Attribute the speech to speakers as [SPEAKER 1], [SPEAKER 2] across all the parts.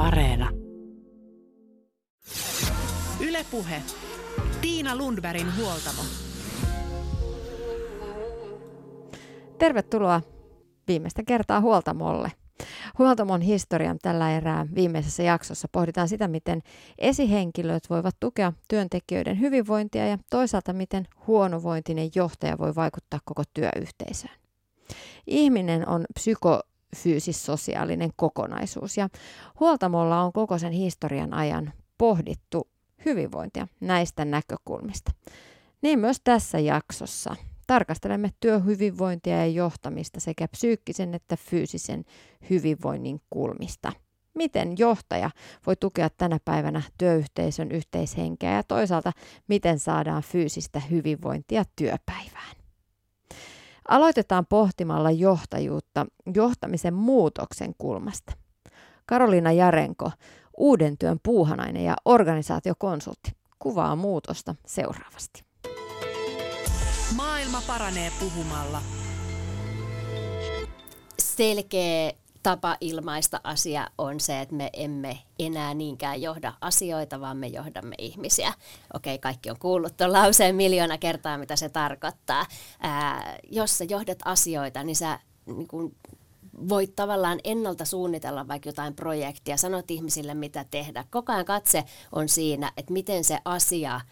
[SPEAKER 1] Areena.
[SPEAKER 2] Yle Puhe. Tiina Lundbergin huoltamo.
[SPEAKER 3] Tervetuloa viimeistä kertaa Huoltamolle. Huoltamon historian tällä erää viimeisessä jaksossa pohditaan sitä, miten esihenkilöt voivat tukea työntekijöiden hyvinvointia ja toisaalta miten huonovointinen johtaja voi vaikuttaa koko työyhteisöön. Ihminen on psykofyysis-sosiaalinen kokonaisuus ja Huoltamolla on koko sen historian ajan pohdittu hyvinvointia näistä näkökulmista. Niin myös tässä jaksossa. Tarkastelemme työhyvinvointia ja johtamista sekä psyykkisen että fyysisen hyvinvoinnin kulmista. Miten johtaja voi tukea tänä päivänä työyhteisön yhteishenkeä ja toisaalta miten saadaan fyysistä hyvinvointia työpäivään. Aloitetaan pohtimalla johtajuutta johtamisen muutoksen kulmasta. Karoliina Jarenko, uuden työn puuhanainen ja organisaatiokonsultti, kuvaa muutosta seuraavasti.
[SPEAKER 2] Maailma paranee puhumalla.
[SPEAKER 4] Selkeä tapa ilmaista asia on se, että me emme enää niinkään johda asioita, vaan me johdamme ihmisiä. Okei, kaikki on kuullut tuon lauseen miljoona kertaa, mitä se tarkoittaa. Jos sä johdat asioita, niin sä niin kun voit tavallaan ennalta suunnitella vaikka jotain projektia, sanot ihmisille mitä tehdä. Koko ajan katse on siinä, että miten se asia,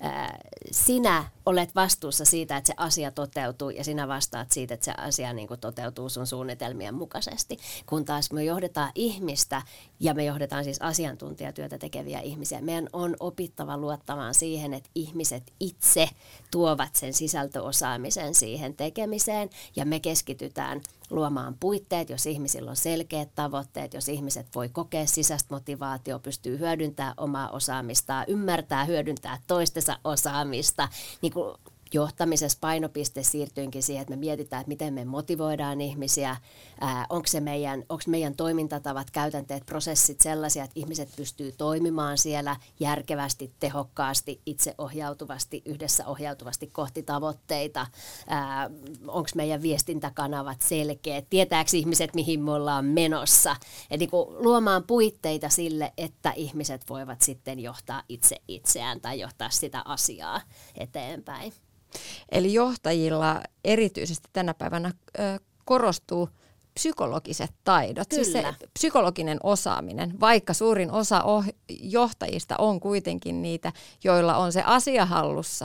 [SPEAKER 4] sinä olet vastuussa siitä, että se asia toteutuu ja sinä vastaat siitä, että se asia niin kuin toteutuu sun suunnitelmien mukaisesti. Kun taas me johdetaan ihmistä ja me johdetaan siis asiantuntijatyötä tekeviä ihmisiä, meidän on opittava luottamaan siihen, että ihmiset itse tuovat sen sisältöosaamisen siihen tekemiseen ja me keskitytään luomaan puitteet, jos ihmisillä on selkeät tavoitteet, jos ihmiset voi kokea sisäistä motivaatiota, pystyy hyödyntämään omaa osaamistaan, ymmärtää, hyödyntää toistensa osaamista. Niin kuin johtamisessa painopiste siirtyykin siihen, että me mietitään, että miten me motivoidaan ihmisiä, onko meidän toimintatavat, käytänteet, prosessit sellaisia, että ihmiset pystyy toimimaan siellä järkevästi, tehokkaasti, itseohjautuvasti, yhdessä ohjautuvasti kohti tavoitteita, onko meidän viestintäkanavat selkeät, tietääkö ihmiset, mihin me ollaan menossa. Eli luomaan puitteita sille, että ihmiset voivat sitten johtaa itseään tai johtaa sitä asiaa eteenpäin.
[SPEAKER 3] Eli johtajilla erityisesti tänä päivänä korostuu psykologiset taidot,
[SPEAKER 4] Kyllä.
[SPEAKER 3] siis se psykologinen osaaminen, vaikka suurin osa johtajista on kuitenkin niitä, joilla on se asia hallussa.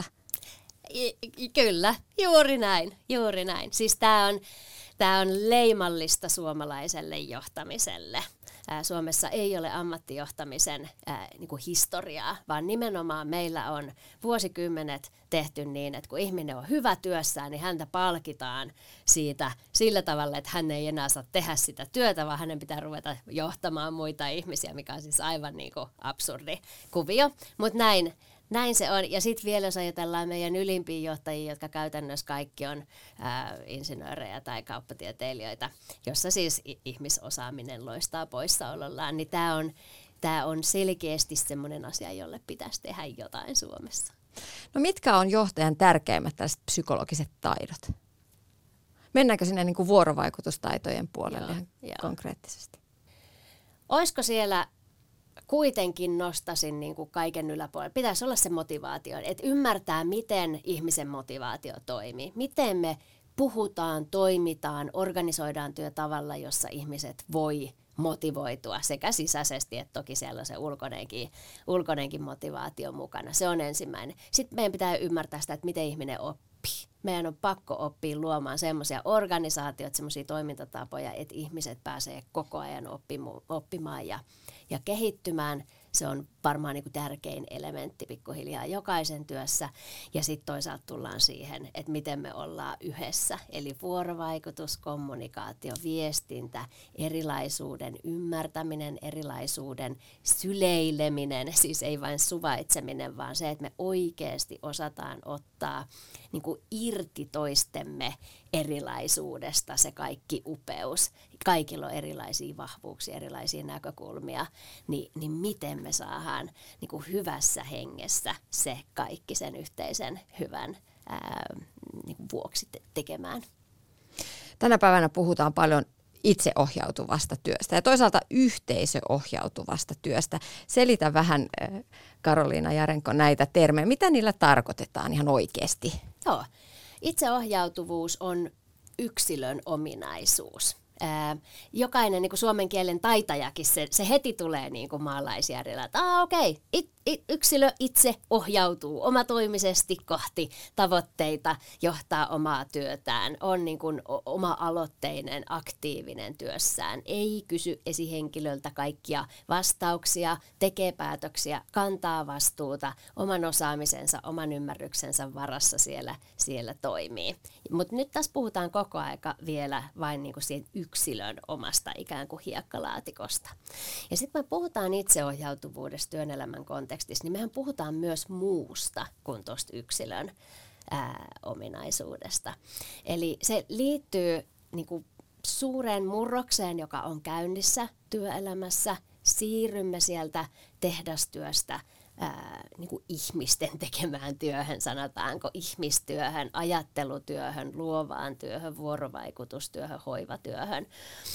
[SPEAKER 4] Kyllä, juuri näin. Siis tämä on leimallista suomalaiselle johtamiselle. Suomessa ei ole ammattijohtamisen niin kuin historiaa, vaan nimenomaan meillä on vuosikymmenet tehty niin, että kun ihminen on hyvä työssään, niin häntä palkitaan siitä sillä tavalla, että hän ei enää saa tehdä sitä työtä, vaan hänen pitää ruveta johtamaan muita ihmisiä, mikä on siis aivan niin kuin absurdi kuvio. Mutta näin se on. Ja sitten vielä jos ajatellaan meidän ylimpiä johtajia, jotka käytännössä kaikki on insinöörejä tai kauppatieteilijöitä, jossa siis ihmisosaaminen loistaa poissaolollaan, niin tämä on selkeästi semmoinen asia, jolle pitäisi tehdä jotain Suomessa.
[SPEAKER 3] No mitkä on johtajan tärkeimmät tällaiset psykologiset taidot? Mennäänkö sinne niin kuin vuorovaikutustaitojen puolelle ihan konkreettisesti?
[SPEAKER 4] Olisiko siellä kuitenkin nostaisin niin kuin kaiken yläpuolelle. Pitäisi olla se motivaatio, että ymmärtää, miten ihmisen motivaatio toimii. Miten me puhutaan, toimitaan, organisoidaan työ tavalla, jossa ihmiset voi motivoitua sekä sisäisesti, että toki siellä on se ulkoinenkin motivaatio mukana. Se on ensimmäinen. Sitten meidän pitää ymmärtää sitä, että miten ihminen oppii. Meidän on pakko oppia luomaan semmoisia organisaatioita, semmoisia toimintatapoja, että ihmiset pääsee koko ajan oppimaan ja kehittymään. Se on varmaan niin kuin tärkein elementti pikkuhiljaa jokaisen työssä. Ja sitten toisaalta tullaan siihen, että miten me ollaan yhdessä. Eli vuorovaikutus, kommunikaatio, viestintä, erilaisuuden ymmärtäminen, erilaisuuden syleileminen. Siis ei vain suvaitseminen, vaan se, että me oikeasti osataan ottaa niin kuin irti toistemme erilaisuudesta se kaikki upeus. Kaikilla on erilaisia vahvuuksia, erilaisia näkökulmia, niin miten me saadaan niin kuin hyvässä hengessä se kaikki sen yhteisen hyvän niin kuin vuoksi tekemään.
[SPEAKER 3] Tänä päivänä puhutaan paljon itseohjautuvasta työstä ja toisaalta yhteisöohjautuvasta työstä. Selitä vähän, Karoliina Jarenko, näitä termejä. Mitä niillä tarkoitetaan ihan oikeasti?
[SPEAKER 4] Joo. Itseohjautuvuus on yksilön ominaisuus. Jokainen niin kuin suomen kielen taitajakin, se heti tulee niin kuin maalaisjärjellä, että yksilö itse ohjautuu omatoimisesti kohti tavoitteita, johtaa omaa työtään, on niin kuin oma-aloitteinen, aktiivinen työssään, ei kysy esihenkilöltä kaikkia vastauksia, tekee päätöksiä, kantaa vastuuta, oman osaamisensa, oman ymmärryksensä varassa siellä toimii. Mutta nyt tässä puhutaan koko aika vielä vain niin kuin siitä yksilön omasta ikään kuin hiekkalaatikosta. Ja sitten me puhutaan itseohjautuvuudesta työn elämän kontekstissa, niin mehän puhutaan myös muusta kuin tuosta yksilön ominaisuudesta. Eli se liittyy niin kuin suureen murrokseen, joka on käynnissä työelämässä. Siirrymme sieltä tehdastyöstä niin kuin ihmisten tekemään työhön, sanotaanko ihmistyöhön, ajattelutyöhön, luovaan työhön, vuorovaikutustyöhön, hoivatyöhön.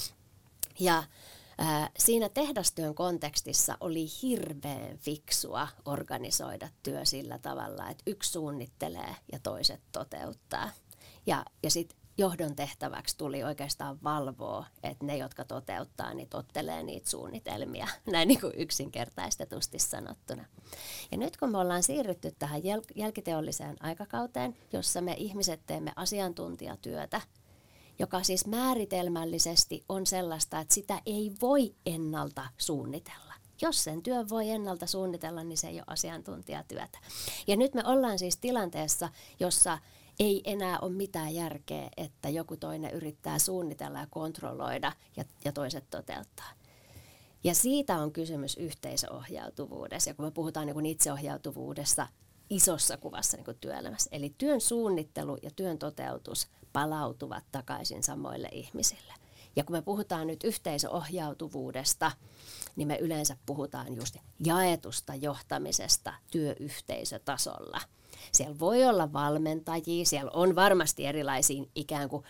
[SPEAKER 4] Ja siinä tehdastyön kontekstissa oli hirveän fiksua organisoida työ sillä tavalla, että yksi suunnittelee ja toiset toteuttaa. Ja sitten johdon tehtäväksi tuli oikeastaan valvoa, että ne, jotka toteuttaa, niin tottelee niitä suunnitelmia, näin niin kuin yksinkertaistetusti sanottuna. Ja nyt kun me ollaan siirrytty tähän jälkiteolliseen aikakauteen, jossa me ihmiset teemme asiantuntijatyötä, joka siis määritelmällisesti on sellaista, että sitä ei voi ennalta suunnitella. Jos sen työn voi ennalta suunnitella, niin se ei ole asiantuntijatyötä. Ja nyt me ollaan siis tilanteessa, jossa ei enää ole mitään järkeä, että joku toinen yrittää suunnitella ja kontrolloida ja toiset toteuttaa. Ja siitä on kysymys yhteisöohjautuvuudessa. Ja kun me puhutaan niin kuin itseohjautuvuudessa isossa kuvassa niin kuin työelämässä. Eli työn suunnittelu ja työn toteutus palautuvat takaisin samoille ihmisille. Ja kun me puhutaan nyt yhteisöohjautuvuudesta, niin me yleensä puhutaan just jaetusta johtamisesta työyhteisötasolla. Siellä voi olla valmentajia, siellä on varmasti erilaisia ikään kuin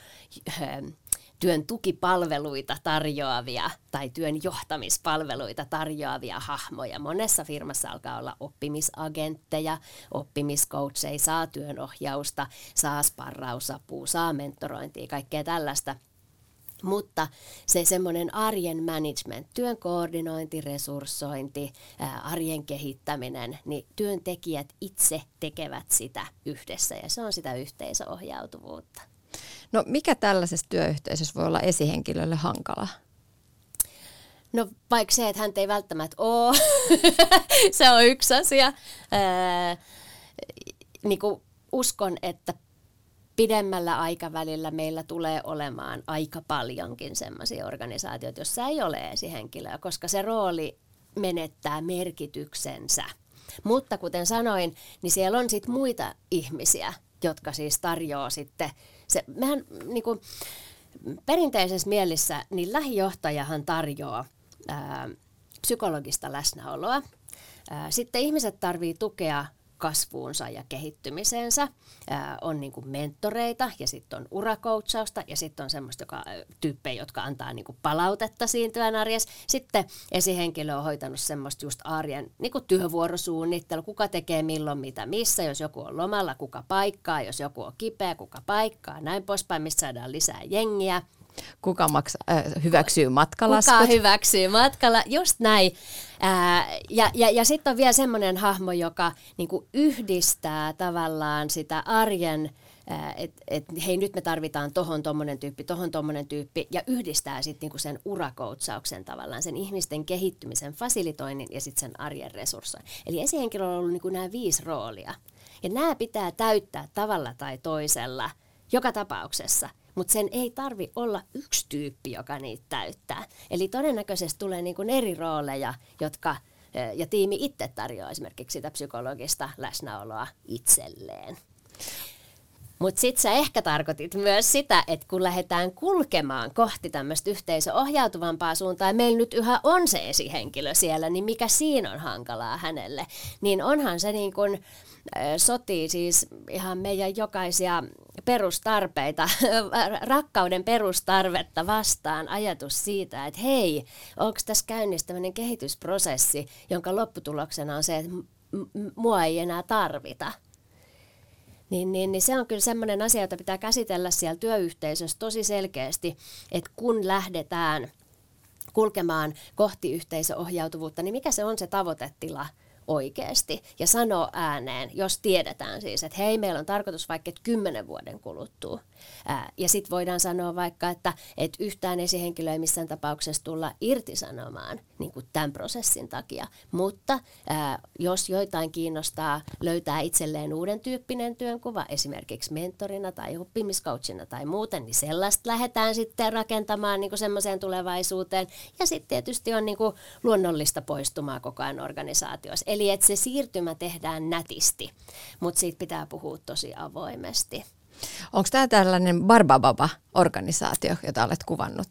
[SPEAKER 4] työn tukipalveluita tarjoavia tai työn johtamispalveluita tarjoavia hahmoja. Monessa firmassa alkaa olla oppimisagentteja, oppimiscoacheja, saa työnohjausta, saa sparrausapua, saa mentorointia, kaikkea tällaista. Mutta se semmoinen arjen management, työn koordinointi, resurssointi, arjen kehittäminen, niin työntekijät itse tekevät sitä yhdessä ja se on sitä yhteisöohjautuvuutta.
[SPEAKER 3] No mikä tällaisessa työyhteisössä voi olla esihenkilölle hankalaa?
[SPEAKER 4] No vaikka se, että hän ei välttämättä ole, se on yksi asia. Niin kuin uskon, että pidemmällä aikavälillä meillä tulee olemaan aika paljonkin sellaisia organisaatioita, joissa ei ole esihenkilöä, koska se rooli menettää merkityksensä. Mutta kuten sanoin, niin siellä on sitten muita ihmisiä, jotka siis tarjoaa sitten, mehän niin kuin perinteisessä mielessä, niin lähijohtajahan tarjoaa psykologista läsnäoloa. Sitten ihmiset tarvitsee tukea kasvuunsa ja kehittymiseensä. On niin kuin mentoreita ja sitten on uracoachausta ja sitten on semmoista tyyppejä, jotka antaa niin kuin palautetta siinä työn arjessa. Sitten esihenkilö on hoitanut semmoista just arjen niin kuin työvuorosuunnittelu, kuka tekee milloin mitä missä, jos joku on lomalla, kuka paikkaa, jos joku on kipeä, kuka paikkaa, näin poispäin, mistä saadaan lisää jengiä.
[SPEAKER 3] Kuka hyväksyy matkalaskut?
[SPEAKER 4] Kuka hyväksyy matkalla, just näin. Ja sitten on vielä semmoinen hahmo, joka niinku yhdistää tavallaan sitä arjen, että hei nyt me tarvitaan tohon tommonen tyyppi, ja yhdistää sitten niinku sen urakoutsauksen tavallaan, sen ihmisten kehittymisen, fasilitoinnin ja sitten sen arjen resurssoinnin. Eli esihenkilöllä on ollut niinku nämä 5 roolia, ja nämä pitää täyttää tavalla tai toisella joka tapauksessa. Mutta sen ei tarvi olla yksi tyyppi, joka niitä täyttää. Eli todennäköisesti tulee niin kuin eri rooleja, ja tiimi itse tarjoaa esimerkiksi sitä psykologista läsnäoloa itselleen. Mutta sitten sä ehkä tarkoitit myös sitä, että kun lähdetään kulkemaan kohti tämmöistä yhteisöohjautuvampaa suuntaa, ja meillä nyt yhä on se esihenkilö siellä, niin mikä siinä on hankalaa hänelle? Niin onhan se niin kuin sotii siis ihan meidän jokaisia perustarpeita, rakkauden perustarvetta vastaan ajatus siitä, että hei, onko tässä käynnissä tämmöinen kehitysprosessi, jonka lopputuloksena on se, että mua ei enää tarvita. Niin se on kyllä semmoinen asia, jota pitää käsitellä siellä työyhteisössä tosi selkeästi, että kun lähdetään kulkemaan kohti yhteisöohjautuvuutta, niin mikä se on se tavoitetila oikeasti ja sanoo ääneen, jos tiedetään siis, että hei, meillä on tarkoitus vaikka 10 vuoden kuluttua. Ja sitten voidaan sanoa vaikka, että yhtään esihenkilöä ei missään tapauksessa tulla irtisanomaan niin kuin tämän prosessin takia. Mutta jos joitain kiinnostaa löytää itselleen uuden tyyppinen työnkuva, esimerkiksi mentorina tai oppimiscoachina tai muuten, niin sellaista lähdetään sitten rakentamaan niin kuin semmoiseen tulevaisuuteen. Ja sitten tietysti on niin kuin luonnollista poistumaa koko ajan organisaatioissa. Eli että se siirtymä tehdään nätisti, mutta siitä pitää puhua tosi avoimesti.
[SPEAKER 3] Onko tämä tällainen Barbababa-organisaatio, jota olet kuvannut?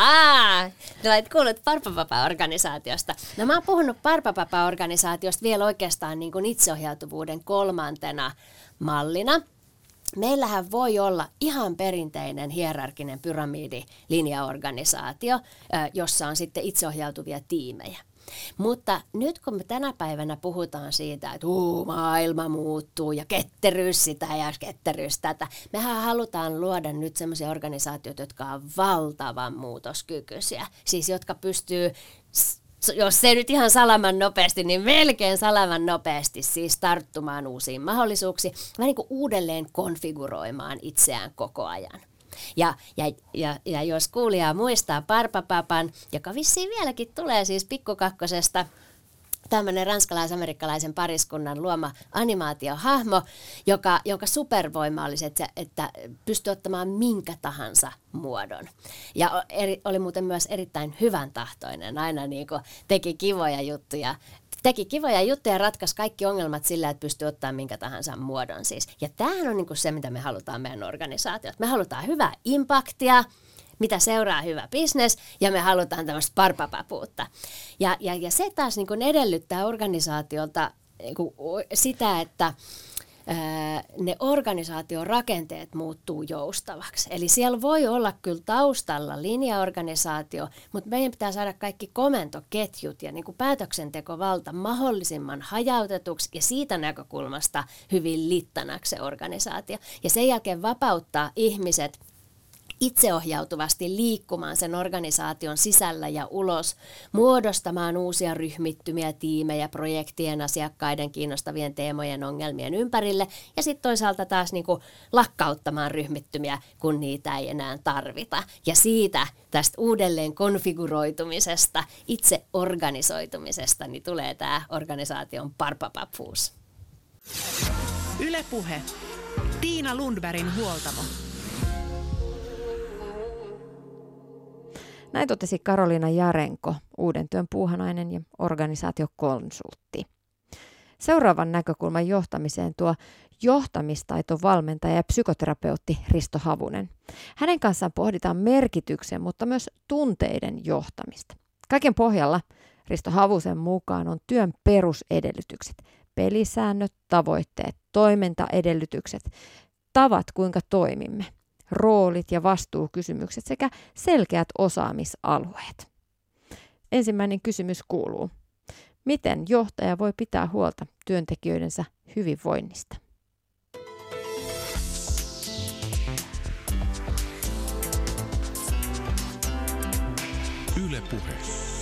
[SPEAKER 4] Olet kuullut Barbababa-organisaatiosta. No mä oon puhunut Barbababa-organisaatiosta vielä oikeastaan niin kuin itseohjautuvuuden 3. mallina. Meillähän voi olla ihan perinteinen hierarkinen pyramidilinjaorganisaatio, jossa on sitten itseohjautuvia tiimejä. Mutta nyt kun me tänä päivänä puhutaan siitä, että maailma muuttuu ja ketteryys sitä ja ketteryys tätä, mehän halutaan luoda nyt sellaisia organisaatioita, jotka on valtavan muutoskykyisiä, siis jotka pystyy, jos se nyt ihan salaman nopeasti, niin melkein salaman nopeasti siis tarttumaan uusiin mahdollisuuksiin, vähän niin kuin uudelleen konfiguroimaan itseään koko ajan. Ja jos kuulija muistaa Barbababan, joka vissiin vieläkin tulee siis Pikkukakkosesta, tämmöinen ranskalais-amerikkalaisen pariskunnan luoma animaatiohahmo, jonka supervoima oli se, että pystyi ottamaan minkä tahansa muodon. Ja oli muuten myös erittäin hyvän tahtoinen, aina niin kuin teki kivoja juttuja ja ratkaisi kaikki ongelmat sillä, että pystyy ottamaan minkä tahansa muodon siis. Ja tämähän on niin kuin se, mitä me halutaan meidän organisaatiot. Me halutaan hyvää impaktia, mitä seuraa hyvä business, ja me halutaan tämmöistä barbabapuutta. Ja se taas niin kuin edellyttää organisaatiolta niin kuin sitä, että ne organisaation rakenteet muuttuu joustavaksi. Eli siellä voi olla kyllä taustalla linjaorganisaatio, mutta meidän pitää saada kaikki komentoketjut ja niin kuin päätöksentekovalta mahdollisimman hajautetuksi ja siitä näkökulmasta hyvin littanaksi se organisaatio. Ja sen jälkeen vapauttaa ihmiset itseohjautuvasti liikkumaan sen organisaation sisällä ja ulos, muodostamaan uusia ryhmittymiä, tiimejä, projektien, asiakkaiden kiinnostavien teemojen, ongelmien ympärille ja sitten toisaalta taas niin kuin lakkauttamaan ryhmittymiä, kun niitä ei enää tarvita. Ja siitä tästä uudelleen konfiguroitumisesta, itse organisoitumisesta, niin tulee tämä organisaation barbabapuus.
[SPEAKER 2] Yle Puhe. Tiina Lundbergin huoltamo.
[SPEAKER 3] Näin totesi Karoliina Jarenko, uuden työn puuhanainen ja organisaatiokonsultti. Seuraavan näkökulman johtamiseen tuo johtamistaitovalmentaja ja psykoterapeutti Risto Havunen. Hänen kanssaan pohditaan merkityksen, mutta myös tunteiden johtamista. Kaiken pohjalla Risto Havusen mukaan on työn perusedellytykset, pelisäännöt, tavoitteet, toimintaedellytykset, tavat kuinka toimimme, roolit ja vastuukysymykset sekä selkeät osaamisalueet. Ensimmäinen kysymys kuuluu: miten johtaja voi pitää huolta työntekijöidensä hyvinvoinnista?
[SPEAKER 1] Yle Puhe.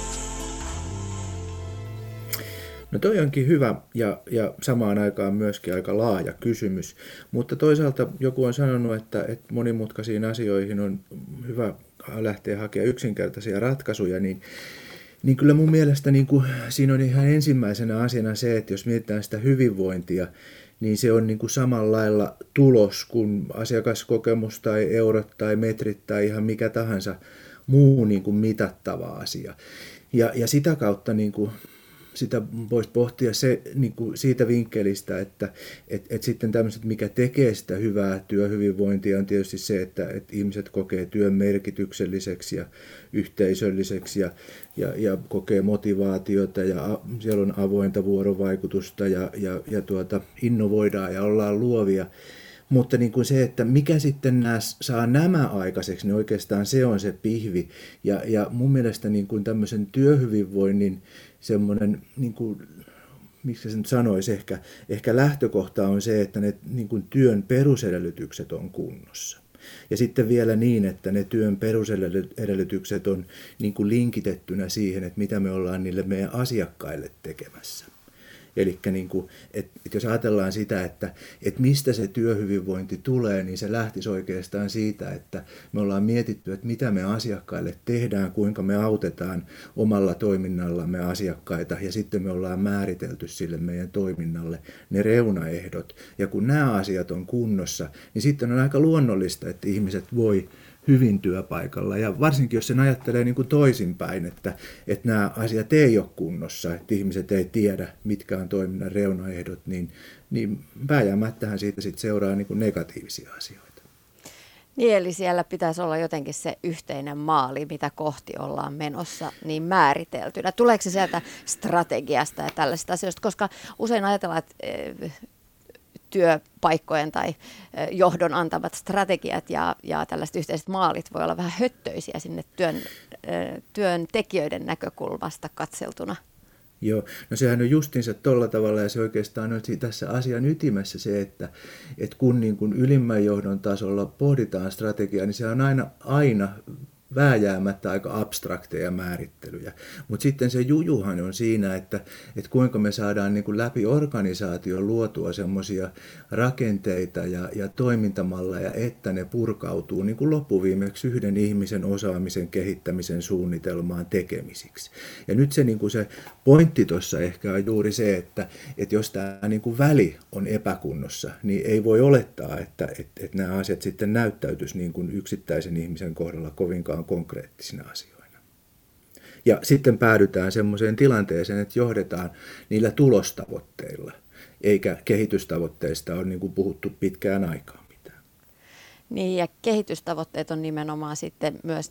[SPEAKER 5] No toi onkin hyvä ja samaan aikaan myöskin aika laaja kysymys, mutta toisaalta joku on sanonut, että monimutkaisiin asioihin on hyvä lähteä hakemaan yksinkertaisia ratkaisuja, niin kyllä mun mielestä niin kuin siinä on ihan ensimmäisenä asiana se, että jos mietitään sitä hyvinvointia, niin se on niin kuin samalla lailla tulos kuin asiakaskokemus tai eurot tai metrit tai ihan mikä tahansa muu niin kuin mitattava asia. Ja sitä kautta niin kuin sitä voisi pohtia se, niin kuin siitä vinkkelistä, että sitten tämmöiset, mikä tekee sitä hyvää työhyvinvointia, on tietysti se, että ihmiset kokee työn merkitykselliseksi ja yhteisölliseksi ja kokee motivaatiota ja siellä on avointa vuorovaikutusta ja innovoidaan ja ollaan luovia. Mutta niin kuin se, että mikä sitten saa nämä aikaiseksi, niin oikeastaan se on se pihvi. Ja mun mielestä niin kuin tämmöisen työhyvinvoinnin semmoinen, niin kuin, miksi se nyt sanoisi, ehkä lähtökohta on se, että ne niin kuin työn perusedellytykset on kunnossa. Ja sitten vielä niin, että ne työn perusedellytykset on niin kuin linkitettynä siihen, että mitä me ollaan niille meidän asiakkaille tekemässä. Eli niin että jos ajatellaan sitä, että mistä se työhyvinvointi tulee, niin se lähtisi oikeastaan siitä, että me ollaan mietitty, että mitä me asiakkaille tehdään, kuinka me autetaan omalla toiminnallamme asiakkaita, ja sitten me ollaan määritelty sille meidän toiminnalle ne reunaehdot. Ja kun nämä asiat on kunnossa, niin sitten on aika luonnollista, että ihmiset voi hyvin työpaikalla. Ja varsinkin, jos sen ajattelee niin kuin toisinpäin, että nämä asiat ei ole kunnossa, että ihmiset ei tiedä, mitkä on toiminnan reunaehdot, niin vääjäämättähän siitä sitten seuraa niin kuin negatiivisia asioita.
[SPEAKER 3] Niin, eli siellä pitäisi olla jotenkin se yhteinen maali, mitä kohti ollaan menossa, niin määriteltynä. Tuleeko se sieltä strategiasta ja tällaisista asioista? Koska usein ajatellaan, että työpaikkojen tai johdon antamat strategiat ja tällaiset yhteiset maalit voi olla vähän höttöisiä sinne työntekijöiden näkökulmasta katseltuna.
[SPEAKER 5] Joo, no sehän on justiinsa tolla tavalla, ja se oikeastaan on tässä asian ytimessä se, että kun niin kuin ylimmän johdon tasolla pohditaan strategiaa, niin se on aina vääjäämättä aika abstrakteja määrittelyjä. Mutta sitten se jujuhan on siinä, että kuinka me saadaan niin kuin läpi organisaation luotua semmoisia rakenteita ja toimintamalleja, että ne purkautuu niin kuin loppuviimeksi yhden ihmisen osaamisen kehittämisen suunnitelmaan tekemisiksi. Ja nyt se, niin kuin se pointti tuossa ehkä on juuri se, että jos tämä niin kuin väli on epäkunnossa, niin ei voi olettaa, että nämä asiat sitten näyttäytyisi niin kuin yksittäisen ihmisen kohdalla kovinkaan konkreettisina asioina. Ja sitten päädytään semmoiseen tilanteeseen, että johdetaan niillä tulostavoitteilla, eikä kehitystavoitteista ole niin kuin puhuttu pitkään aikaan mitään.
[SPEAKER 3] Niin, ja kehitystavoitteet on nimenomaan sitten myös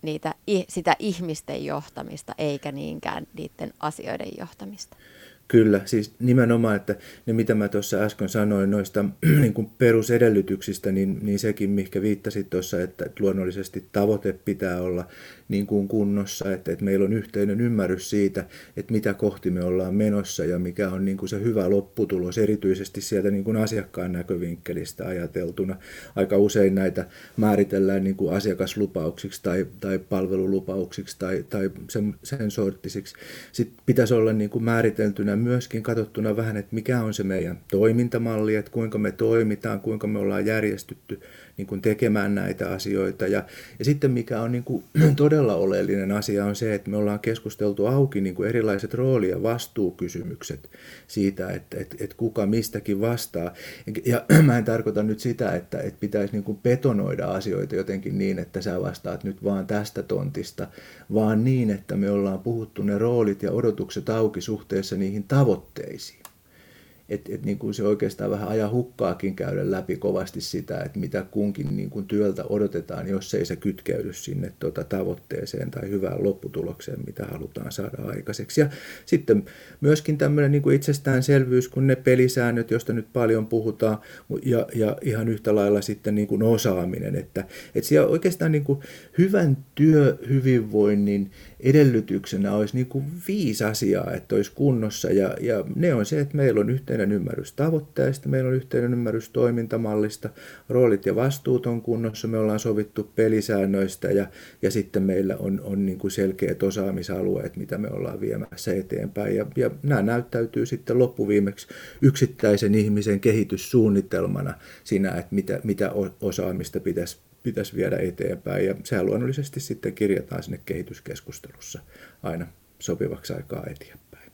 [SPEAKER 3] sitä ihmisten johtamista, eikä niinkään niiden asioiden johtamista.
[SPEAKER 5] Kyllä, siis nimenomaan, että ne mitä mä tuossa äsken sanoin noista niin kuin perusedellytyksistä, niin sekin, mihinkä viittasit tuossa, että luonnollisesti tavoite pitää olla niin kuin kunnossa, että meillä on yhteinen ymmärrys siitä, että mitä kohti me ollaan menossa ja mikä on niin kuin se hyvä lopputulos, erityisesti sieltä niin kuin asiakkaan näkövinkkelistä ajateltuna. Aika usein näitä määritellään niin kuin asiakaslupauksiksi tai palvelulupauksiksi tai sen sorttisiksi. Sitten pitäisi olla niin kuin määriteltynä myöskin katsottuna vähän, että mikä on se meidän toimintamalli, että kuinka me toimitaan, kuinka me ollaan järjestytty niin kuin tekemään näitä asioita. Ja sitten mikä on niin kuin todella oleellinen asia on se, että me ollaan keskusteltu auki niin kuin erilaiset rooli- ja vastuukysymykset siitä, että kuka mistäkin vastaa. Ja mä en tarkoita nyt sitä, että pitäisi niin kuin betonoida asioita jotenkin niin, että sä vastaat nyt vaan tästä tontista, vaan niin, että me ollaan puhuttu ne roolit ja odotukset auki suhteessa niihin tavoitteisiin. Että niin kuin se oikeastaan vähän ajan hukkaakin käydä läpi kovasti sitä, että mitä kunkin niin kuin työltä odotetaan, jos ei se kytkeydy sinne tavoitteeseen tai hyvään lopputulokseen, mitä halutaan saada aikaiseksi. Ja sitten myöskin tämmöinen niin kuin itsestäänselvyys, kun ne pelisäännöt, joista nyt paljon puhutaan, ja ihan yhtä lailla sitten niin kuin osaaminen. Että siellä oikeastaan niin kuin hyvän työhyvinvoinnin edellytyksenä olisi niin kuin 5 asiaa, että olisi kunnossa, ja ne on se, että meillä on yhteinen ymmärrys tavoitteista, meillä on yhteinen ymmärrys toimintamallista, roolit ja vastuut on kunnossa, me ollaan sovittu pelisäännöistä, ja sitten meillä on niin kuin selkeät osaamisalueet, mitä me ollaan viemässä eteenpäin, ja nämä näyttäytyy sitten loppuviimeksi yksittäisen ihmisen kehityssuunnitelmana siinä, että mitä osaamista pitäisi viedä eteenpäin, ja sehän luonnollisesti sitten kirjataan sinne kehityskeskustelussa aina sopivaksi aikaa eteenpäin.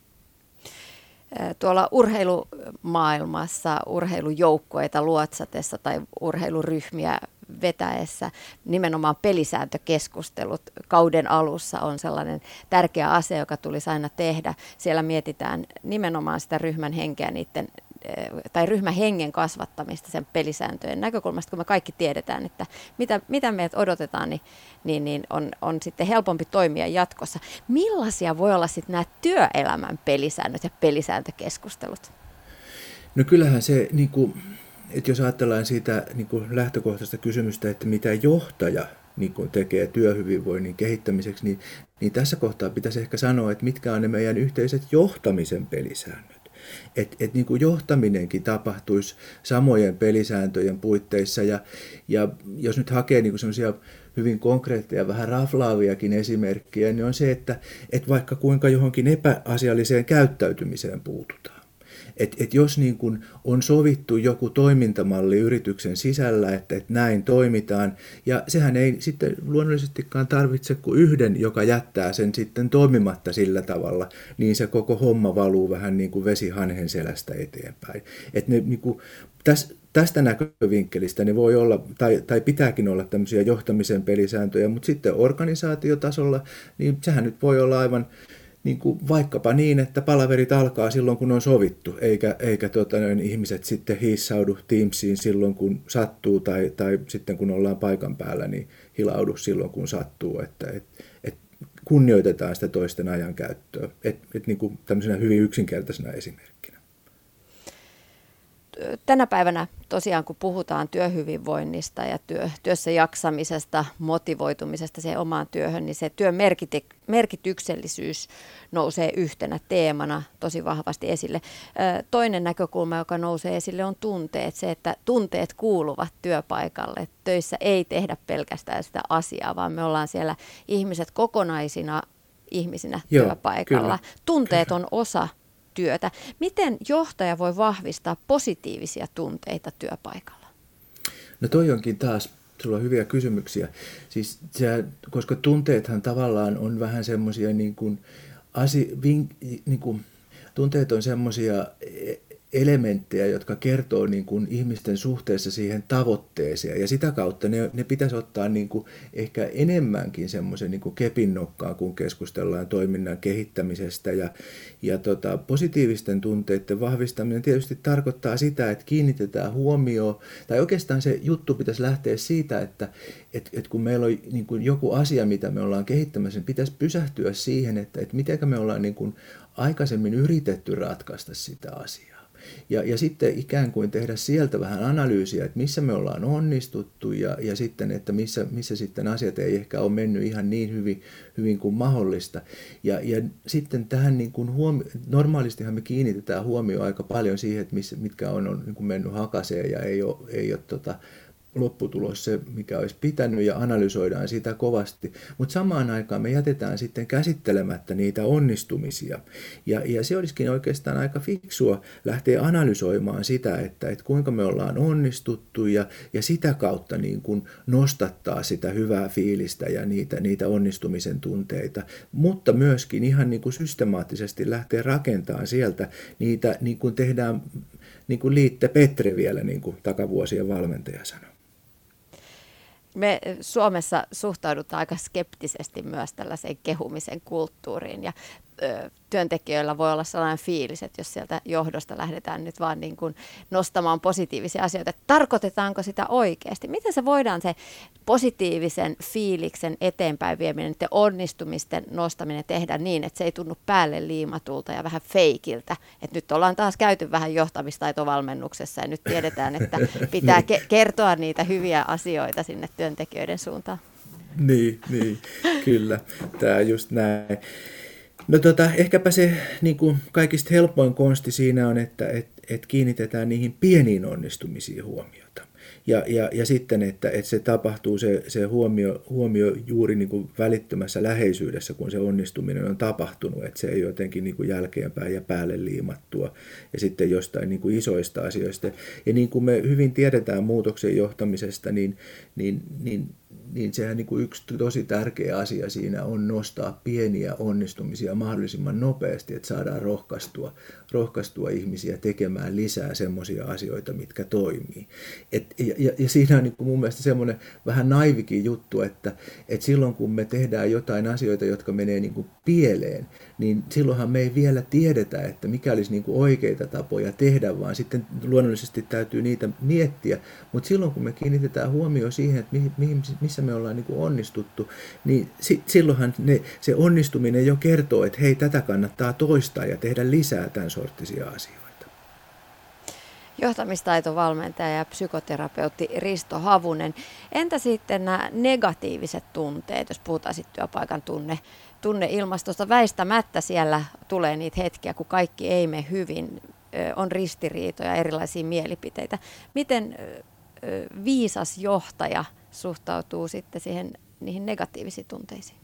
[SPEAKER 3] Tuolla urheilumaailmassa urheilujoukkueita luotsatessa tai urheiluryhmiä vetäessä nimenomaan pelisääntökeskustelut kauden alussa on sellainen tärkeä asia, joka tulisi aina tehdä. Siellä mietitään nimenomaan sitä ryhmän henkeä tai ryhmähengen kasvattamista sen pelisääntöjen näkökulmasta, kun me kaikki tiedetään, että mitä meiltä odotetaan, niin on sitten helpompi toimia jatkossa. Millaisia voi olla sitten nämä työelämän pelisäännöt ja pelisääntökeskustelut?
[SPEAKER 5] No kyllähän se, niin kuin, että jos ajatellaan siitä niin kuin lähtökohtaista kysymystä, että mitä johtaja niin kuin tekee työhyvinvoinnin kehittämiseksi, niin tässä kohtaa pitäisi ehkä sanoa, että mitkä on ne meidän yhteiset johtamisen pelisäännöt. Että niin kuin johtaminenkin tapahtuisi samojen pelisääntöjen puitteissa ja jos nyt hakee niin kuin semmoisia hyvin konkreetteja, vähän raflaaviakin esimerkkejä, niin on se, että vaikka kuinka johonkin epäasialliseen käyttäytymiseen puututaan. Et jos niin kun on sovittu joku toimintamalli yrityksen sisällä, että näin toimitaan, ja sehän ei sitten luonnollisestikaan tarvitse kuin yhden, joka jättää sen sitten toimimatta sillä tavalla, niin se koko homma valuu vähän niin kuin vesi hanhen selästä eteenpäin. Et ne, niin kuin, tästä näkövinkkelistä ne voi olla, tai pitääkin olla tämmöisiä johtamisen pelisääntöjä, mutta sitten organisaatiotasolla, niin sehän nyt voi olla aivan niin kuin vaikkapa niin, että palaverit alkaa silloin, kun on sovittu, eikä ihmiset sitten hiissaudu Teamsiin silloin, kun sattuu, tai sitten kun ollaan paikan päällä, niin hilaudu silloin, kun sattuu, että kunnioitetaan sitä toisten ajankäyttöä, niin kuin tämmöisenä hyvin yksinkertaisena esimerkkinä.
[SPEAKER 3] Tänä päivänä tosiaan, kun puhutaan työhyvinvoinnista ja työssä jaksamisesta, motivoitumisesta siihen omaan työhön, niin se työn merkityksellisyys nousee yhtenä teemana tosi vahvasti esille. Toinen näkökulma, joka nousee esille, on tunteet. Se, että tunteet kuuluvat työpaikalle. Töissä ei tehdä pelkästään sitä asiaa, vaan me ollaan siellä ihmiset kokonaisina ihmisinä työpaikalla. Kyllä, tunteet on osa työtä. Miten johtaja voi vahvistaa positiivisia tunteita työpaikalla?
[SPEAKER 5] No toi onkin taas, sulla on hyviä kysymyksiä. Siis koska tunteethan tavallaan on vähän semmoisia tunteet on semmoisia elementtejä, jotka kertoo niin kuin ihmisten suhteessa siihen tavoitteeseen, ja sitä kautta ne pitäisi ottaa niin kuin ehkä enemmänkin semmoisen niin kuin kepinnokkaan, kun keskustellaan toiminnan kehittämisestä, ja positiivisten tunteiden vahvistaminen tietysti tarkoittaa sitä, että kiinnitetään huomioon, tai oikeastaan se juttu pitäisi lähteä siitä, että kun meillä on niin kuin joku asia, mitä me ollaan kehittämässä, niin pitäisi pysähtyä siihen, että miten me ollaan niin kuin aikaisemmin yritetty ratkaista sitä asiaa. Ja sitten ikään kuin tehdä sieltä vähän analyysiä, että missä me ollaan onnistuttu ja sitten, että missä sitten asiat ei ehkä ole mennyt ihan niin hyvin kuin mahdollista. Ja sitten tähän niin kuin normaalistihan me kiinnitetään huomioon aika paljon siihen, että mitkä on niin kuin mennyt hakaseen ja ei ole lopputulos se, mikä olisi pitänyt, ja analysoidaan sitä kovasti. Mutta samaan aikaan me jätetään sitten käsittelemättä niitä onnistumisia. Ja se olisikin oikeastaan aika fiksua lähteä analysoimaan sitä, että kuinka me ollaan onnistuttu, ja sitä kautta niin kuin nostattaa sitä hyvää fiilistä ja niitä onnistumisen tunteita. Mutta myöskin ihan niin kuin systemaattisesti lähteä rakentamaan sieltä niitä, niin kuin tehdään niin kuin Liitte Petre vielä, niin kuin takavuosien valmentaja sanoi.
[SPEAKER 3] Me Suomessa suhtaudutaan aika skeptisesti myös tällaiseen kehumisen kulttuuriin, ja työntekijöillä voi olla sellainen fiilis, että jos sieltä johdosta lähdetään nyt vaan niin kuin nostamaan positiivisia asioita, että tarkoitetaanko sitä oikeasti? Miten se voidaan se positiivisen fiiliksen eteenpäin vieminen ja onnistumisten nostaminen tehdä niin, että se ei tunnu päälle liimatulta ja vähän feikiltä? Että nyt ollaan taas käyty vähän johtamistaitovalmennuksessa ja nyt tiedetään, että pitää kertoa niitä hyviä asioita sinne työntekijöiden suuntaan.
[SPEAKER 5] Niin, kyllä. Tämä just näin. No ehkäpä se niin kuin kaikista helpoin konsti siinä on, että kiinnitetään niihin pieniin onnistumisiin huomiota. Ja sitten, että se tapahtuu se huomio juuri niin kuin välittömässä läheisyydessä, kun se onnistuminen on tapahtunut, että se ei jotenkin niin kuin jälkeenpäin ja päälle liimattua, ja sitten jostain niin kuin isoista asioista. Ja niin kuin me hyvin tiedetään muutoksen johtamisesta, niin niin sehän niin kuin yksi tosi tärkeä asia siinä on nostaa pieniä onnistumisia mahdollisimman nopeasti, että saadaan rohkaistua ihmisiä tekemään lisää semmoisia asioita, mitkä toimii. Ja siinä on niin kuin mun mielestä semmoinen vähän naivikin juttu, että silloin kun me tehdään jotain asioita, jotka menee niin kuin pieleen, niin silloinhan me ei vielä tiedetä, että mikä olisi niin kuin oikeita tapoja tehdä, vaan sitten luonnollisesti täytyy niitä miettiä. Mutta silloin kun me kiinnitetään huomioon siihen, että missä me ollaan niin kuin onnistuttu, niin silloinhan se onnistuminen jo kertoo, että hei, tätä kannattaa toistaa ja tehdä lisää tämän sorttisia asioita.
[SPEAKER 3] Johtamistaitovalmentaja ja psykoterapeutti Risto Havunen. Entä sitten nämä negatiiviset tunteet, jos puhutaan sitten työpaikan tunneilmastosta? Väistämättä siellä tulee niitä hetkiä, kun kaikki ei mene hyvin, on ristiriitoja, erilaisia mielipiteitä. Miten viisas johtaja suhtautuu sitten niihin negatiivisiin tunteisiin?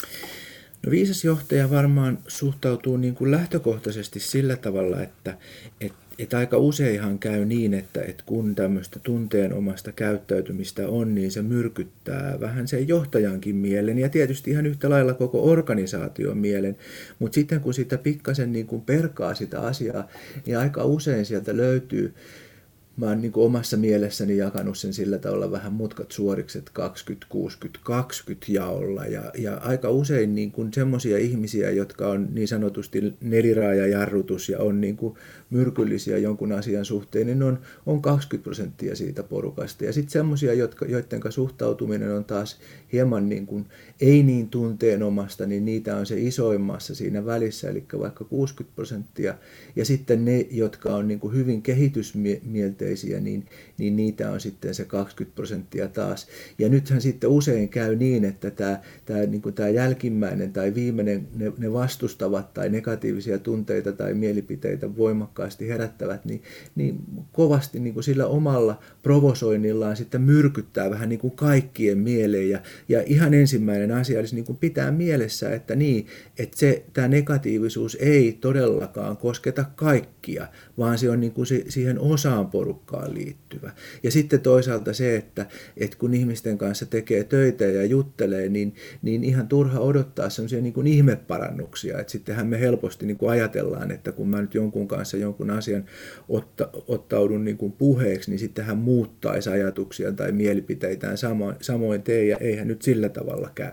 [SPEAKER 5] No, viisas johtaja varmaan suhtautuu niin kuin lähtökohtaisesti sillä tavalla, että aika useinhan käy niin, että kun tämmöistä tunteenomaista käyttäytymistä on, niin se myrkyttää vähän sen johtajankin mielen ja tietysti ihan yhtä lailla koko organisaation mielen. Mutta sitten kun sitä pikkasen niin kuin perkaa sitä asiaa, niin aika usein sieltä löytyy, mä oon niin kuin omassa mielessäni jakanut sen sillä tavalla vähän mutkat suoriksi, että 20-60-20 jaolla. Ja aika usein niin kuin semmoisia ihmisiä, jotka on niin sanotusti neliraajajarrutus ja on niin kuin myrkyllisiä jonkun asian suhteen, niin on 20% siitä porukasta. Ja sitten semmoisia, joiden suhtautuminen on taas hieman niin kuin ei niin tunteenomaista, niin niitä on se isoimmassa siinä välissä, eli vaikka 60%. Ja sitten ne, jotka on niin kuin hyvin kehitysmielteisiä, niin niitä on sitten se 20% taas. Ja nythän sitten usein käy niin, että tämä jälkimmäinen tai viimeinen, ne vastustavat tai negatiivisia tunteita tai mielipiteitä voimakkaasti herättävät, niin kovasti niin kuin sillä omalla provosoinnillaan sitten myrkyttää vähän niin kuin kaikkien mieleen. Ja ihan ensimmäinen asia olisi niin kuin pitää mielessä, että tämä negatiivisuus ei todellakaan kosketa kaikkia, vaan se on niin kuin siihen osaan porukkaan liittyvä. Ja sitten toisaalta se, että kun ihmisten kanssa tekee töitä ja juttelee, niin ihan turha odottaa sellaisia niin kuin ihmeparannuksia. Että sittenhän me helposti niin kuin ajatellaan, että kun mä nyt jonkun kanssa jonkun asian ottaudun niin kuin puheeksi, niin sitten hän muuttaisi ajatuksia tai mielipiteitään samoin tee, ja eihän nyt sillä tavalla käy.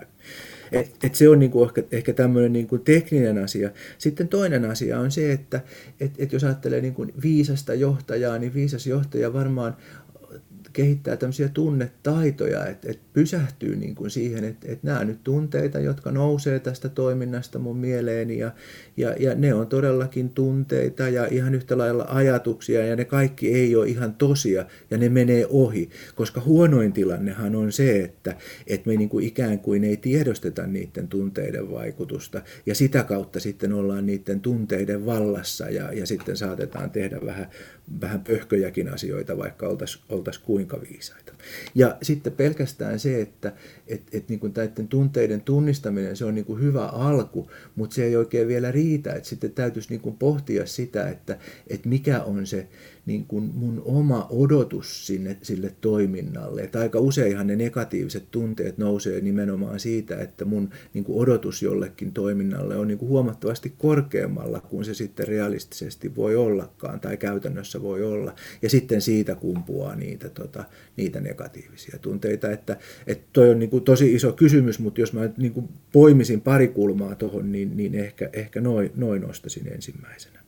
[SPEAKER 5] Et se on niinku ehkä tämmöinen niinku tekninen asia. Sitten toinen asia on se, että jos ajattelee niinku viisasta johtajaa, niin viisas johtaja varmaan kehittää tämmöisiä tunnetaitoja, että pysähtyy niin kuin siihen, että nämä nyt tunteita, jotka nousee tästä toiminnasta mun mieleeni, ja ne on todellakin tunteita ja ihan yhtä lailla ajatuksia, ja ne kaikki ei ole ihan tosia, ja ne menee ohi, koska huonoin tilannehan on se, että me niin kuin ikään kuin ei tiedosteta niiden tunteiden vaikutusta, ja sitä kautta sitten ollaan niiden tunteiden vallassa, ja sitten saatetaan tehdä vähän pöhköjäkin asioita, vaikka oltaisiin kuinka viisaita. Ja sitten pelkästään se, että niin kuin näiden tunteiden tunnistaminen, se on niin kuin hyvä alku, mutta se ei oikein vielä riitä. Että sitten täytyisi niin kuin pohtia sitä, että mikä on se niin kuin mun oma odotus sille toiminnalle. Että aika useinhan ne negatiiviset tunteet nousee nimenomaan siitä, että mun niin kuin odotus jollekin toiminnalle on niin kuin huomattavasti korkeammalla kuin se sitten realistisesti voi ollakaan tai käytännössä voi olla. Ja sitten siitä kumpuaa niitä negatiivisia tunteita. Että toi on niin kuin tosi iso kysymys, mutta jos mä niin kuin poimisin pari kulmaa tuohon, niin ehkä noin nostaisin ensimmäisenä.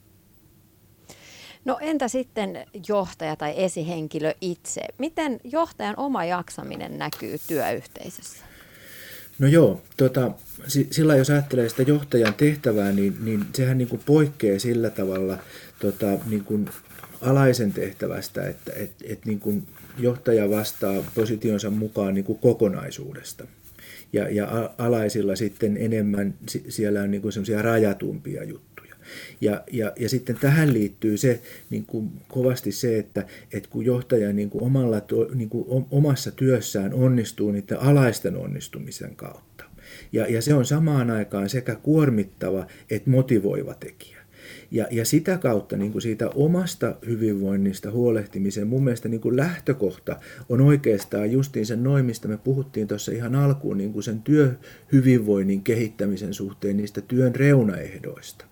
[SPEAKER 3] No entä sitten johtaja tai esihenkilö itse? Miten johtajan oma jaksaminen näkyy työyhteisössä?
[SPEAKER 5] No joo, sillä jos ajattelee sitä johtajan tehtävää, niin sehän niin kuin poikkeaa sillä tavalla niin kuin alaisen tehtävästä, että niin kuin johtaja vastaa positionsa mukaan niin kuin kokonaisuudesta. Ja alaisilla sitten enemmän siellä on niin kuin semmoisia rajatumpia juttuja. Ja sitten tähän liittyy se niin kuin kovasti se, että kun johtaja niin kuin omassa työssään onnistuu niiden alaisten onnistumisen kautta. Ja se on samaan aikaan sekä kuormittava että motivoiva tekijä. Ja sitä kautta niin kuin siitä omasta hyvinvoinnista huolehtimisen mun mielestä niin kuin lähtökohta on oikeastaan justiin sen noin, mistä me puhuttiin tuossa ihan alkuun niin kuin sen työhyvinvoinnin kehittämisen suhteen niistä työn reunaehdoista.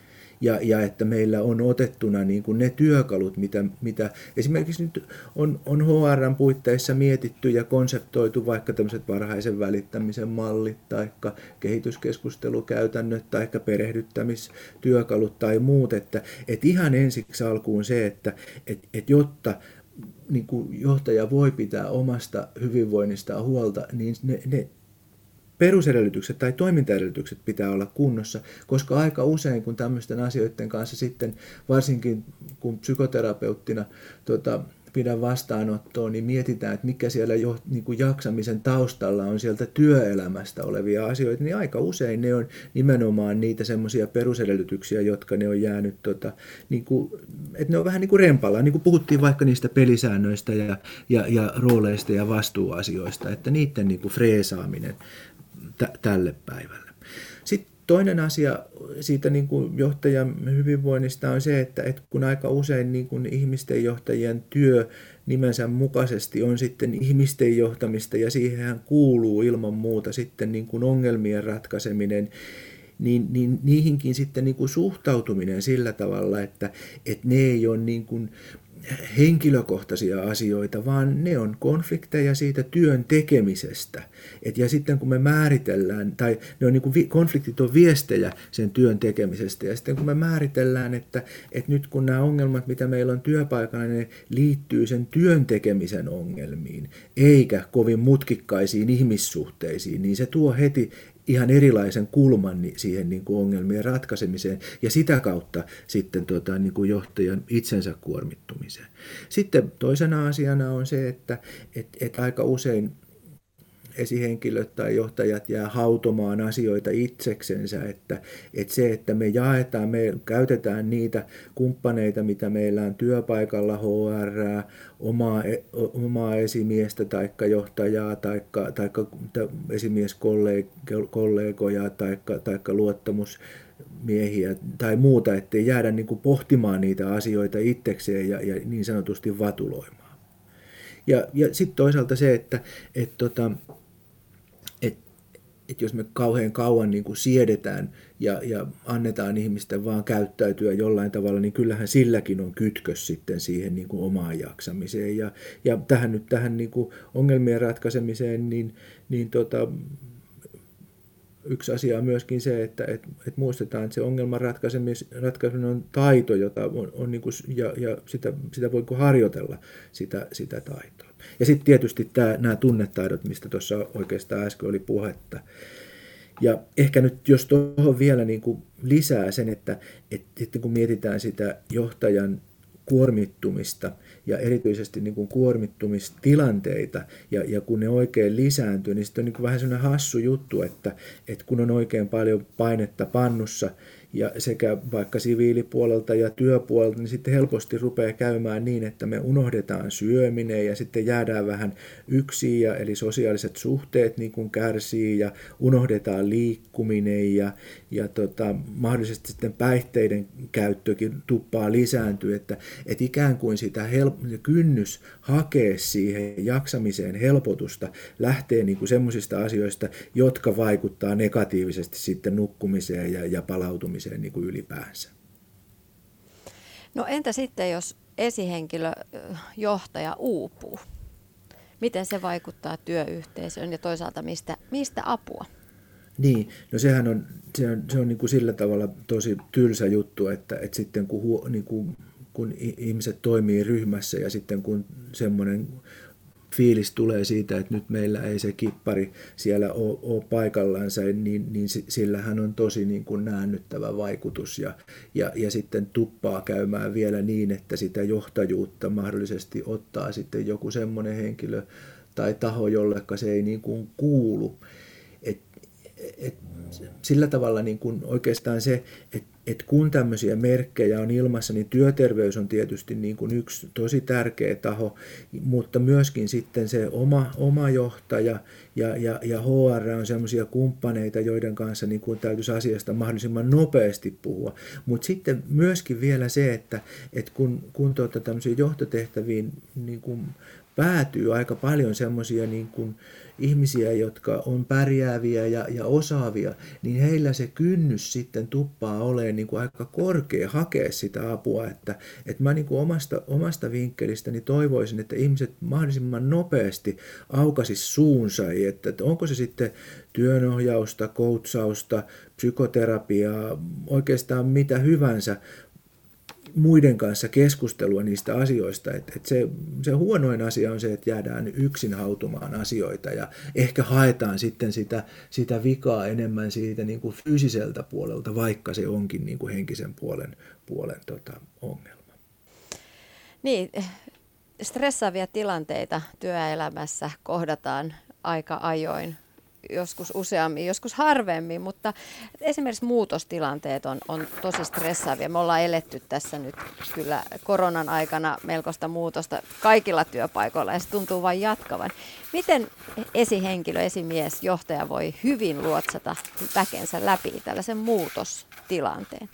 [SPEAKER 5] Ja että meillä on otettuna niin kuin ne työkalut, mitä esimerkiksi nyt on HR:n puitteissa mietitty ja konseptoitu, vaikka tämmöiset varhaisen välittämisen mallit tai kehityskeskustelukäytännöt tai perehdyttämistyökalut tai muut, että ihan ensiksi alkuun se, että jotta niin kuin johtaja voi pitää omasta hyvinvoinnistaan huolta, niin ne perusedellytykset tai toimintaedellytykset pitää olla kunnossa, koska aika usein, kun tämmöisten asioiden kanssa sitten, varsinkin kun psykoterapeuttina pidän vastaanottoa, niin mietitään, että mikä siellä niin kuin jaksamisen taustalla on sieltä työelämästä olevia asioita, niin aika usein ne on nimenomaan niitä semmoisia perusedellytyksiä, jotka ne on jäänyt, niin kuin, että ne on vähän niin kuin rempallaan, niin kuin puhuttiin vaikka niistä pelisäännöistä ja rooleista ja vastuuasioista, että niiden niin kuin freesaaminen tälle päivälle. Sitten toinen asia siitä niin kuin johtajan hyvinvoinnista on se, että kun aika usein niin kuin ihmisten johtajien työ nimensä mukaisesti on sitten ihmisten johtamista ja siihen kuuluu ilman muuta sitten niin kuin ongelmien ratkaiseminen, niin niihinkin sitten niin kuin suhtautuminen sillä tavalla, että ne ei ole niin kuin henkilökohtaisia asioita, vaan ne on konflikteja siitä työn tekemisestä. Ja sitten kun me määritellään, tai ne on niin kuin konfliktit on viestejä sen työn tekemisestä, ja sitten kun me määritellään, että nyt kun nämä ongelmat, mitä meillä on työpaikalla, ne liittyy sen työn tekemisen ongelmiin, eikä kovin mutkikkaisiin ihmissuhteisiin, niin se tuo heti ihan erilaisen kulman siihen niin kuin ongelmien ratkaisemiseen ja sitä kautta sitten niin kuin johtajan itsensä kuormittumiseen. Sitten toisena asiana on se, että aika usein esihenkilöt tai johtajat jää hautomaan asioita itseksensä, että se, että me käytetään niitä kumppaneita, mitä meillä on työpaikalla, HR, omaa esimiestä tai johtajaa tai esimieskollegoja tai luottamusmiehiä tai muuta, ettei jäädä niin kuin pohtimaan niitä asioita itsekseen ja niin sanotusti vatuloimaan. Ja sitten toisaalta se, että jos me kauhean kauan niin kuin siedetään ja annetaan ihmisten vaan käyttäytyä jollain tavalla, niin kyllähän silläkin on kytkös sitten siihen niin kuin omaan jaksamiseen. Ja tähän niin kuin ongelmien ratkaisemiseen, niin yksi asia on myöskin se, että muistetaan, että se ongelman ratkaiseminen on taito, jota on niin kuin, ja sitä voi harjoitella, sitä taitoa. Ja sitten tietysti nämä tunnetaidot, mistä tuossa oikeastaan äsken oli puhetta. Ja ehkä nyt jos tuohon vielä niin kuin lisää sen, että kun mietitään sitä johtajan kuormittumista ja erityisesti niin kuin kuormittumistilanteita ja kun ne oikein lisääntyy, niin sitten on niin kuin vähän sellainen hassu juttu, että kun on oikein paljon painetta pannussa ja sekä vaikka siviilipuolelta ja työpuolelta, niin sitten helposti rupeaa käymään niin, että me unohdetaan syöminen ja sitten jäädään vähän yksin, eli sosiaaliset suhteet niin kuin kärsii ja unohdetaan liikkuminen ja mahdollisesti sitten päihteiden käyttökin tuppaa lisääntyy, että ikään kuin sitä kynnys hakea siihen jaksamiseen helpotusta lähtee niin kuin semmoisista asioista, jotka vaikuttaa negatiivisesti sitten nukkumiseen ja palautumiseen niin kuin ylipäänsä.
[SPEAKER 3] No entä sitten, jos esihenkilö, johtaja uupuu? Miten se vaikuttaa työyhteisöön ja toisaalta mistä apua?
[SPEAKER 5] Niin, no se on niin kuin sillä tavalla tosi tylsä juttu, että sitten kun ihmiset toimii ryhmässä ja sitten kun semmoinen fiilis tulee siitä, että nyt meillä ei se kippari siellä ole paikallansa, niin sillähän on tosi niin kuin näännyttävä vaikutus ja sitten tuppaa käymään vielä niin, että sitä johtajuutta mahdollisesti ottaa sitten joku semmoinen henkilö tai taho, jolleka se ei niin kuin kuulu. sillä tavalla niin kuin oikeastaan se, että kun tämmöisiä merkkejä on ilmassa, niin työterveys on tietysti niin kuin yksi tosi tärkeä taho, mutta myöskin sitten se oma johtaja ja HR on semmoisia kumppaneita, joiden kanssa niin kuin täytyisi asiasta mahdollisimman nopeasti puhua. Mutta sitten myöskin vielä se, että kun tämmöisiin johtotehtäviin niin kuin päätyy aika paljon semmoisia niin kuin ihmisiä, jotka on pärjääviä ja osaavia, niin heillä se kynnys sitten tuppaa olemaan niin kuin aika korkea hakea sitä apua. Että mä niin kuin omasta vinkkelistäni toivoisin, että ihmiset mahdollisimman nopeasti aukaisi suunsa, että onko se sitten työnohjausta, coachausta, psykoterapiaa, oikeastaan mitä hyvänsä, muiden kanssa keskustelua niistä asioista. Että se huonoin asia on se, että jäädään yksin hautumaan asioita ja ehkä haetaan sitten sitä vikaa enemmän siitä niin kuin fyysiseltä puolelta, vaikka se onkin niin kuin henkisen puolen ongelma.
[SPEAKER 3] Niin, stressaavia tilanteita työelämässä kohdataan aika ajoin. Joskus useammin, joskus harvemmin, mutta esimerkiksi muutostilanteet on tosi stressaavia. Me ollaan eletty tässä nyt kyllä koronan aikana melkoista muutosta kaikilla työpaikoilla ja se tuntuu vain jatkavan. Miten esihenkilö, esimies, johtaja voi hyvin luotsata väkensä läpi tällaisen muutostilanteen?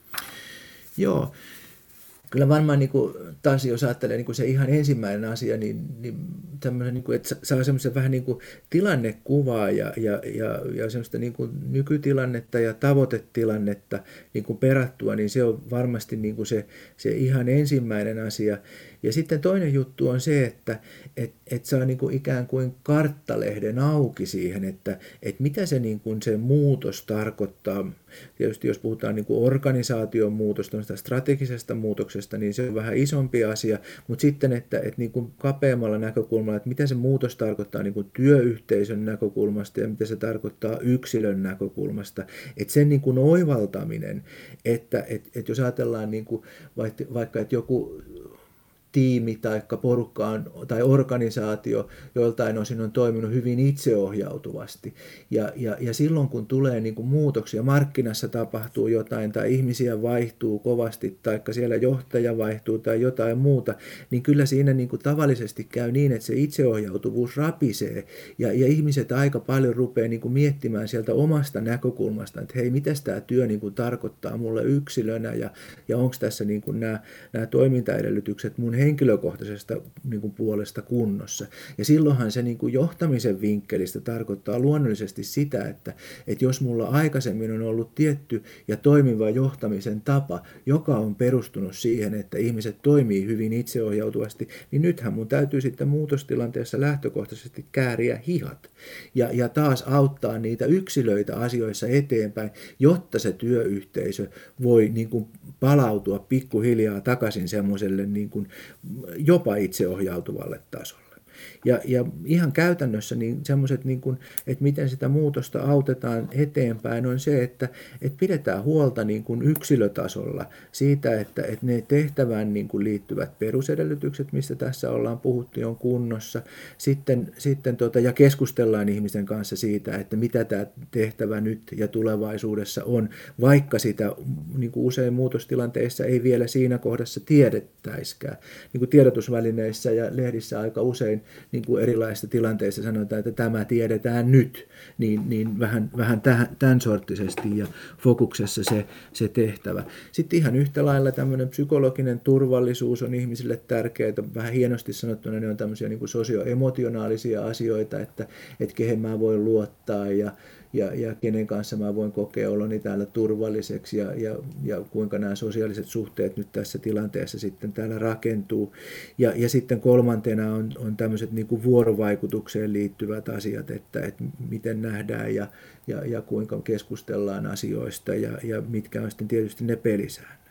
[SPEAKER 5] Joo. Kyllä varmaan niin kuin, taas jos ajattelee niin kuin se ihan ensimmäinen asia, niin tämmöinen, niin kuin, että saa semmoisen vähän niin kuin tilannekuvaa ja semmoista niin kuin nykytilannetta ja tavoitetilannetta niin kuin perattua, niin se on varmasti niin kuin se ihan ensimmäinen asia. Ja sitten toinen juttu on se, että saa niin kuin ikään kuin karttalehden auki siihen, että mitä se, niin kuin se muutos tarkoittaa. Tietysti jos puhutaan niin kuin organisaation muutosta, strategisesta muutoksesta, niin se on vähän isompi asia, mutta sitten, että niin kuin kapeammalla näkökulmalla, että mitä se muutos tarkoittaa niin kuin työyhteisön näkökulmasta ja mitä se tarkoittaa yksilön näkökulmasta, että sen niin kuin oivaltaminen, että jos ajatellaan niin kuin vaikka että joku tiimi tai porukka tai organisaatio joiltain osin on toiminut hyvin itseohjautuvasti. Ja silloin kun tulee niin kuin muutoksia, markkinassa tapahtuu jotain tai ihmisiä vaihtuu kovasti tai siellä johtaja vaihtuu tai jotain muuta, niin kyllä siinä niin kuin tavallisesti käy niin, että se itseohjautuvuus rapisee ja ihmiset aika paljon rupeaa niin kuin miettimään sieltä omasta näkökulmasta, että hei, mitäs tämä työ niin kuin tarkoittaa mulle yksilönä ja onko tässä niin kuin nämä toimintaedellytykset mun henkilökohtaisesta niin kuin puolesta kunnossa. Ja silloinhan se niin kuin johtamisen vinkkelistä tarkoittaa luonnollisesti sitä, että jos mulla aikaisemmin on ollut tietty ja toimiva johtamisen tapa, joka on perustunut siihen, että ihmiset toimii hyvin itseohjautuvasti, niin nythän mun täytyy sitten muutostilanteessa lähtökohtaisesti kääriä hihat ja taas auttaa niitä yksilöitä asioissa eteenpäin, jotta se työyhteisö voi niin kuin palautua pikkuhiljaa takaisin semmoiselle niin kuin jopa itseohjautuvalle tasolle. Ja ihan käytännössä niin semmoiset, niin kuin, että miten sitä muutosta autetaan eteenpäin, on se, että pidetään huolta niin kuin yksilötasolla siitä, että ne tehtävään niin kuin liittyvät perusedellytykset, mistä tässä ollaan puhuttu, on kunnossa. Sitten ja keskustellaan ihmisten kanssa siitä, että mitä tämä tehtävä nyt ja tulevaisuudessa on, vaikka sitä niin kuin usein muutostilanteissa ei vielä siinä kohdassa tiedettäiskään. Niin kuin tiedotusvälineissä ja lehdissä aika usein niin kuin erilaisissa tilanteissa sanotaan, että tämä tiedetään nyt, niin vähän tämän sorttisesti ja fokuksessa se tehtävä. Sitten ihan yhtä lailla tämmöinen psykologinen turvallisuus on ihmisille tärkeää. Vähän hienosti sanottuna ne on tämmöisiä niin kuin sosioemotionaalisia asioita, että kehen mä voin luottaa ja kenen kanssa mä voin kokea oloni täällä turvalliseksi ja kuinka nämä sosiaaliset suhteet nyt tässä tilanteessa sitten täällä rakentuu. Ja sitten kolmantena on tämmöiset niin kuin vuorovaikutukseen liittyvät asiat, että miten nähdään ja kuinka keskustellaan asioista ja mitkä on sitten tietysti ne pelisäännöt.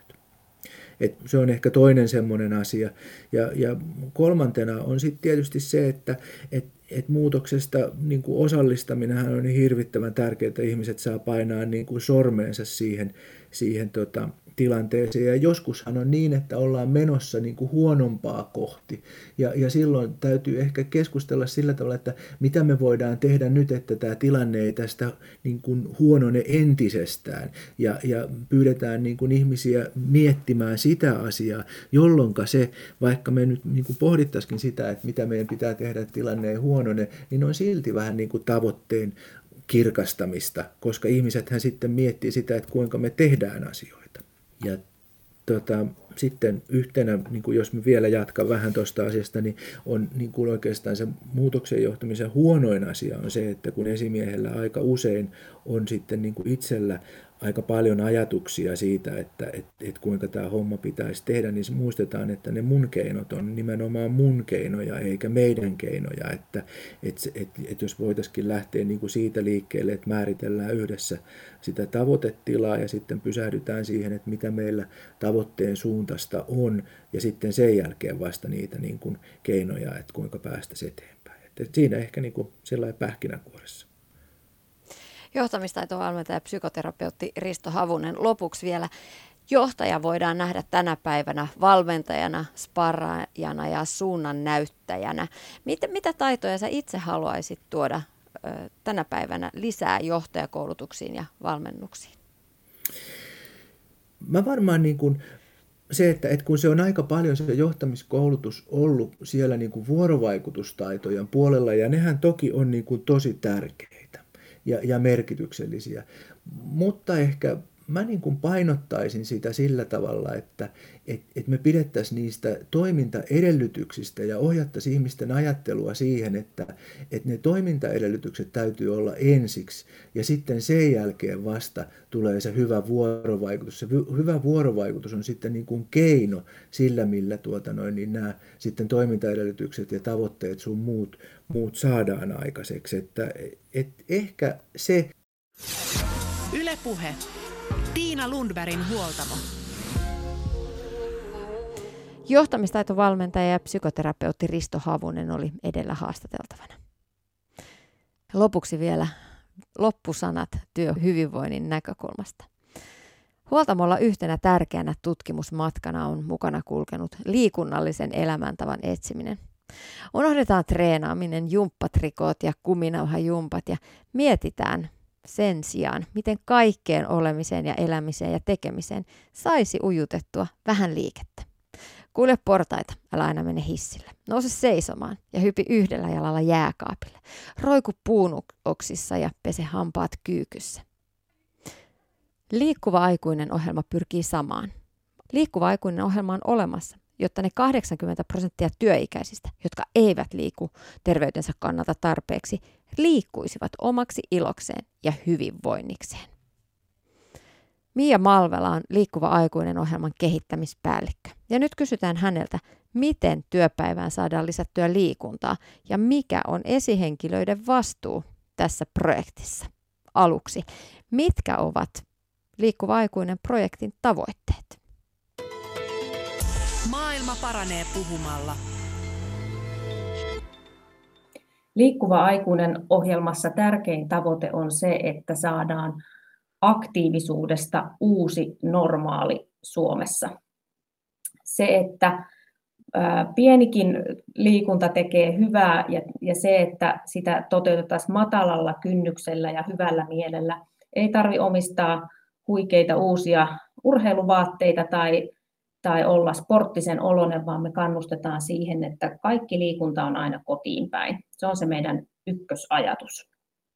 [SPEAKER 5] Et se on ehkä toinen semmoinen asia. Ja kolmantena on sitten tietysti se, että muutoksesta niin kuin osallistaminenhan on niin hirvittävän tärkeää, että ihmiset saa painaa niin kuin sormeensa siihen tilanteeseen. Ja joskushan on niin, että ollaan menossa niin kuin huonompaa kohti. Ja silloin täytyy ehkä keskustella sillä tavalla, että mitä me voidaan tehdä nyt, että tämä tilanne ei tästä niin kuin huonone entisestään. Ja pyydetään niin kuin ihmisiä miettimään sitä asiaa, jolloin se, vaikka me nyt niin kuin pohdittaisikin sitä, että mitä meidän pitää tehdä, että tilanne ei huonone, niin on silti vähän niin kuin tavoitteen kirkastamista, koska ihmisethän sitten miettii sitä, että kuinka me tehdään asioita. Ja sitten yhtenä, niin kuin jos me vielä jatkan vähän tuosta asiasta, niin on niin kuin oikeastaan se muutoksen johtamisen huonoin asia on se, että kun esimiehellä aika usein on sitten niin kuin itsellä aika paljon ajatuksia siitä, että kuinka tämä homma pitäisi tehdä, niin muistetaan, että ne mun keinot on nimenomaan mun keinoja eikä meidän keinoja. Että jos voitaisiin lähteä niin kuin siitä liikkeelle, että määritellään yhdessä sitä tavoitetilaa ja sitten pysähdytään siihen, että mitä meillä tavoitteen suuntaista on ja sitten sen jälkeen vasta niitä niin kuin keinoja, että kuinka päästä eteenpäin. Että siinä ehkä niin kuin sellainen pähkinänkuoressa.
[SPEAKER 3] Johtamistaitovalmentaja ja psykoterapeutti Risto Havunen. Lopuksi vielä, johtaja voidaan nähdä tänä päivänä valmentajana, sparraajana ja suunnan näyttäjänä. Mitä taitoja sä itse haluaisit tuoda tänä päivänä lisää johtajakoulutuksiin ja valmennuksiin?
[SPEAKER 5] Mä varmaan niin kuin se, että kun se on aika paljon se johtamiskoulutus ollut siellä niin kuin vuorovaikutustaitojen puolella, ja nehän toki on niin kuin tosi tärkeitä ja merkityksellisiä, mutta ehkä mä niin kuin painottaisin sitä sillä tavalla, että me pidettäisiin niistä toimintaedellytyksistä ja ohjattaisiin ihmisten ajattelua siihen, että ne toimintaedellytykset täytyy olla ensiksi ja sitten sen jälkeen vasta tulee se hyvä vuorovaikutus. Se hyvä vuorovaikutus on sitten niin kuin keino sillä, millä niin nämä sitten toimintaedellytykset ja tavoitteet sun muut saadaan aikaiseksi. Että ehkä se.
[SPEAKER 2] Yle Puhe. Tiina Lundbergin huoltamo.
[SPEAKER 3] Johtamistaitovalmentaja ja psykoterapeutti Risto Havunen oli edellä haastateltavana. Lopuksi vielä loppusanat työhyvinvoinnin näkökulmasta. Huoltamolla yhtenä tärkeänä tutkimusmatkana on mukana kulkenut liikunnallisen elämäntavan etsiminen. Unohdetaan treenaaminen, jumppatrikoot ja kuminauhajumpat ja mietitään sen sijaan, miten kaikkeen olemiseen ja elämiseen ja tekemiseen saisi ujutettua vähän liikettä. Kulje portaita, älä aina mene hissille. Nouse seisomaan ja hypi yhdellä jalalla jääkaapille. Roiku puunoksissa ja pese hampaat kyykyssä. Liikkuva aikuinen ohjelma pyrkii samaan. Liikkuva aikuinen ohjelma on olemassa, jotta ne 80% työikäisistä, jotka eivät liiku terveytensä kannalta tarpeeksi, liikkuisivat omaksi ilokseen ja hyvinvoinnikseen. Mia Malvela on Liikkuva aikuinen ohjelman kehittämispäällikkö. Ja nyt kysytään häneltä, miten työpäivään saadaan lisättyä liikuntaa ja mikä on esihenkilöiden vastuu tässä projektissa. Aluksi, mitkä ovat Liikkuva aikuinen projektin tavoitteet?
[SPEAKER 2] Maailma paranee puhumalla.
[SPEAKER 1] Liikkuva aikuinen ohjelmassa tärkein tavoite on se, että saadaan aktiivisuudesta uusi normaali Suomessa. Se, että pienikin liikunta tekee hyvää ja se, että sitä toteutetaan matalalla kynnyksellä ja hyvällä mielellä. Ei tarvitse omistaa huikeita uusia urheiluvaatteita tai olla sporttisen oloinen, vaan me kannustetaan siihen, että kaikki liikunta on aina kotiin päin. Se on se meidän ykkösajatus.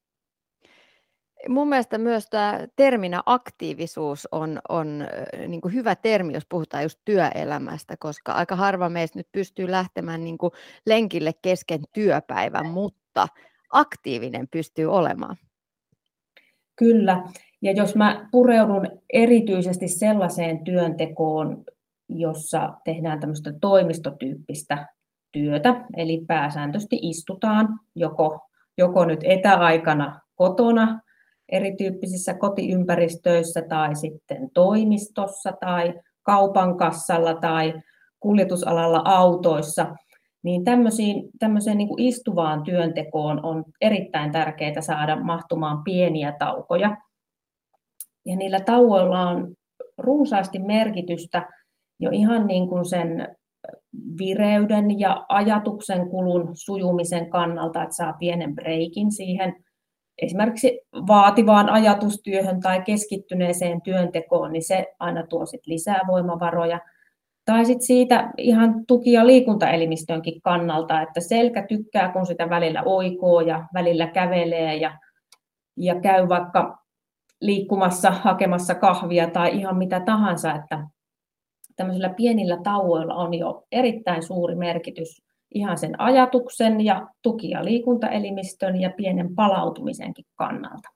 [SPEAKER 3] Mun mielestä myös tämä terminä aktiivisuus on niin kuin hyvä termi, jos puhutaan just työelämästä, koska aika harva meistä nyt pystyy lähtemään niin kuin lenkille kesken työpäivän, mutta aktiivinen pystyy olemaan.
[SPEAKER 1] Kyllä, ja jos mä pureudun erityisesti sellaiseen työntekoon, jossa tehdään tämmöistä toimistotyyppistä työtä, eli pääsääntöisesti istutaan joko nyt etäaikana kotona, erityyppisissä kotiympäristöissä tai sitten toimistossa tai kaupan kassalla tai kuljetusalalla autoissa, niin tämmöiseen niin kuin istuvaan työntekoon on erittäin tärkeää saada mahtumaan pieniä taukoja. Ja niillä tauoilla on runsaasti merkitystä jo ihan niin kuin sen vireyden ja ajatuksen kulun sujumisen kannalta, että saa pienen breikin siihen esimerkiksi vaativaan ajatustyöhön tai keskittyneeseen työntekoon, niin se aina tuo sit lisää voimavaroja. Tai sitten siitä ihan tuki- ja liikuntaelimistönkin kannalta, että selkä tykkää, kun sitä välillä oikoo ja välillä kävelee ja käy vaikka liikkumassa, hakemassa kahvia tai ihan mitä tahansa, että tämmöisillä pienillä tauoilla on jo erittäin suuri merkitys ihan sen ajatuksen ja tuki- ja liikuntaelimistön ja pienen palautumisenkin kannalta.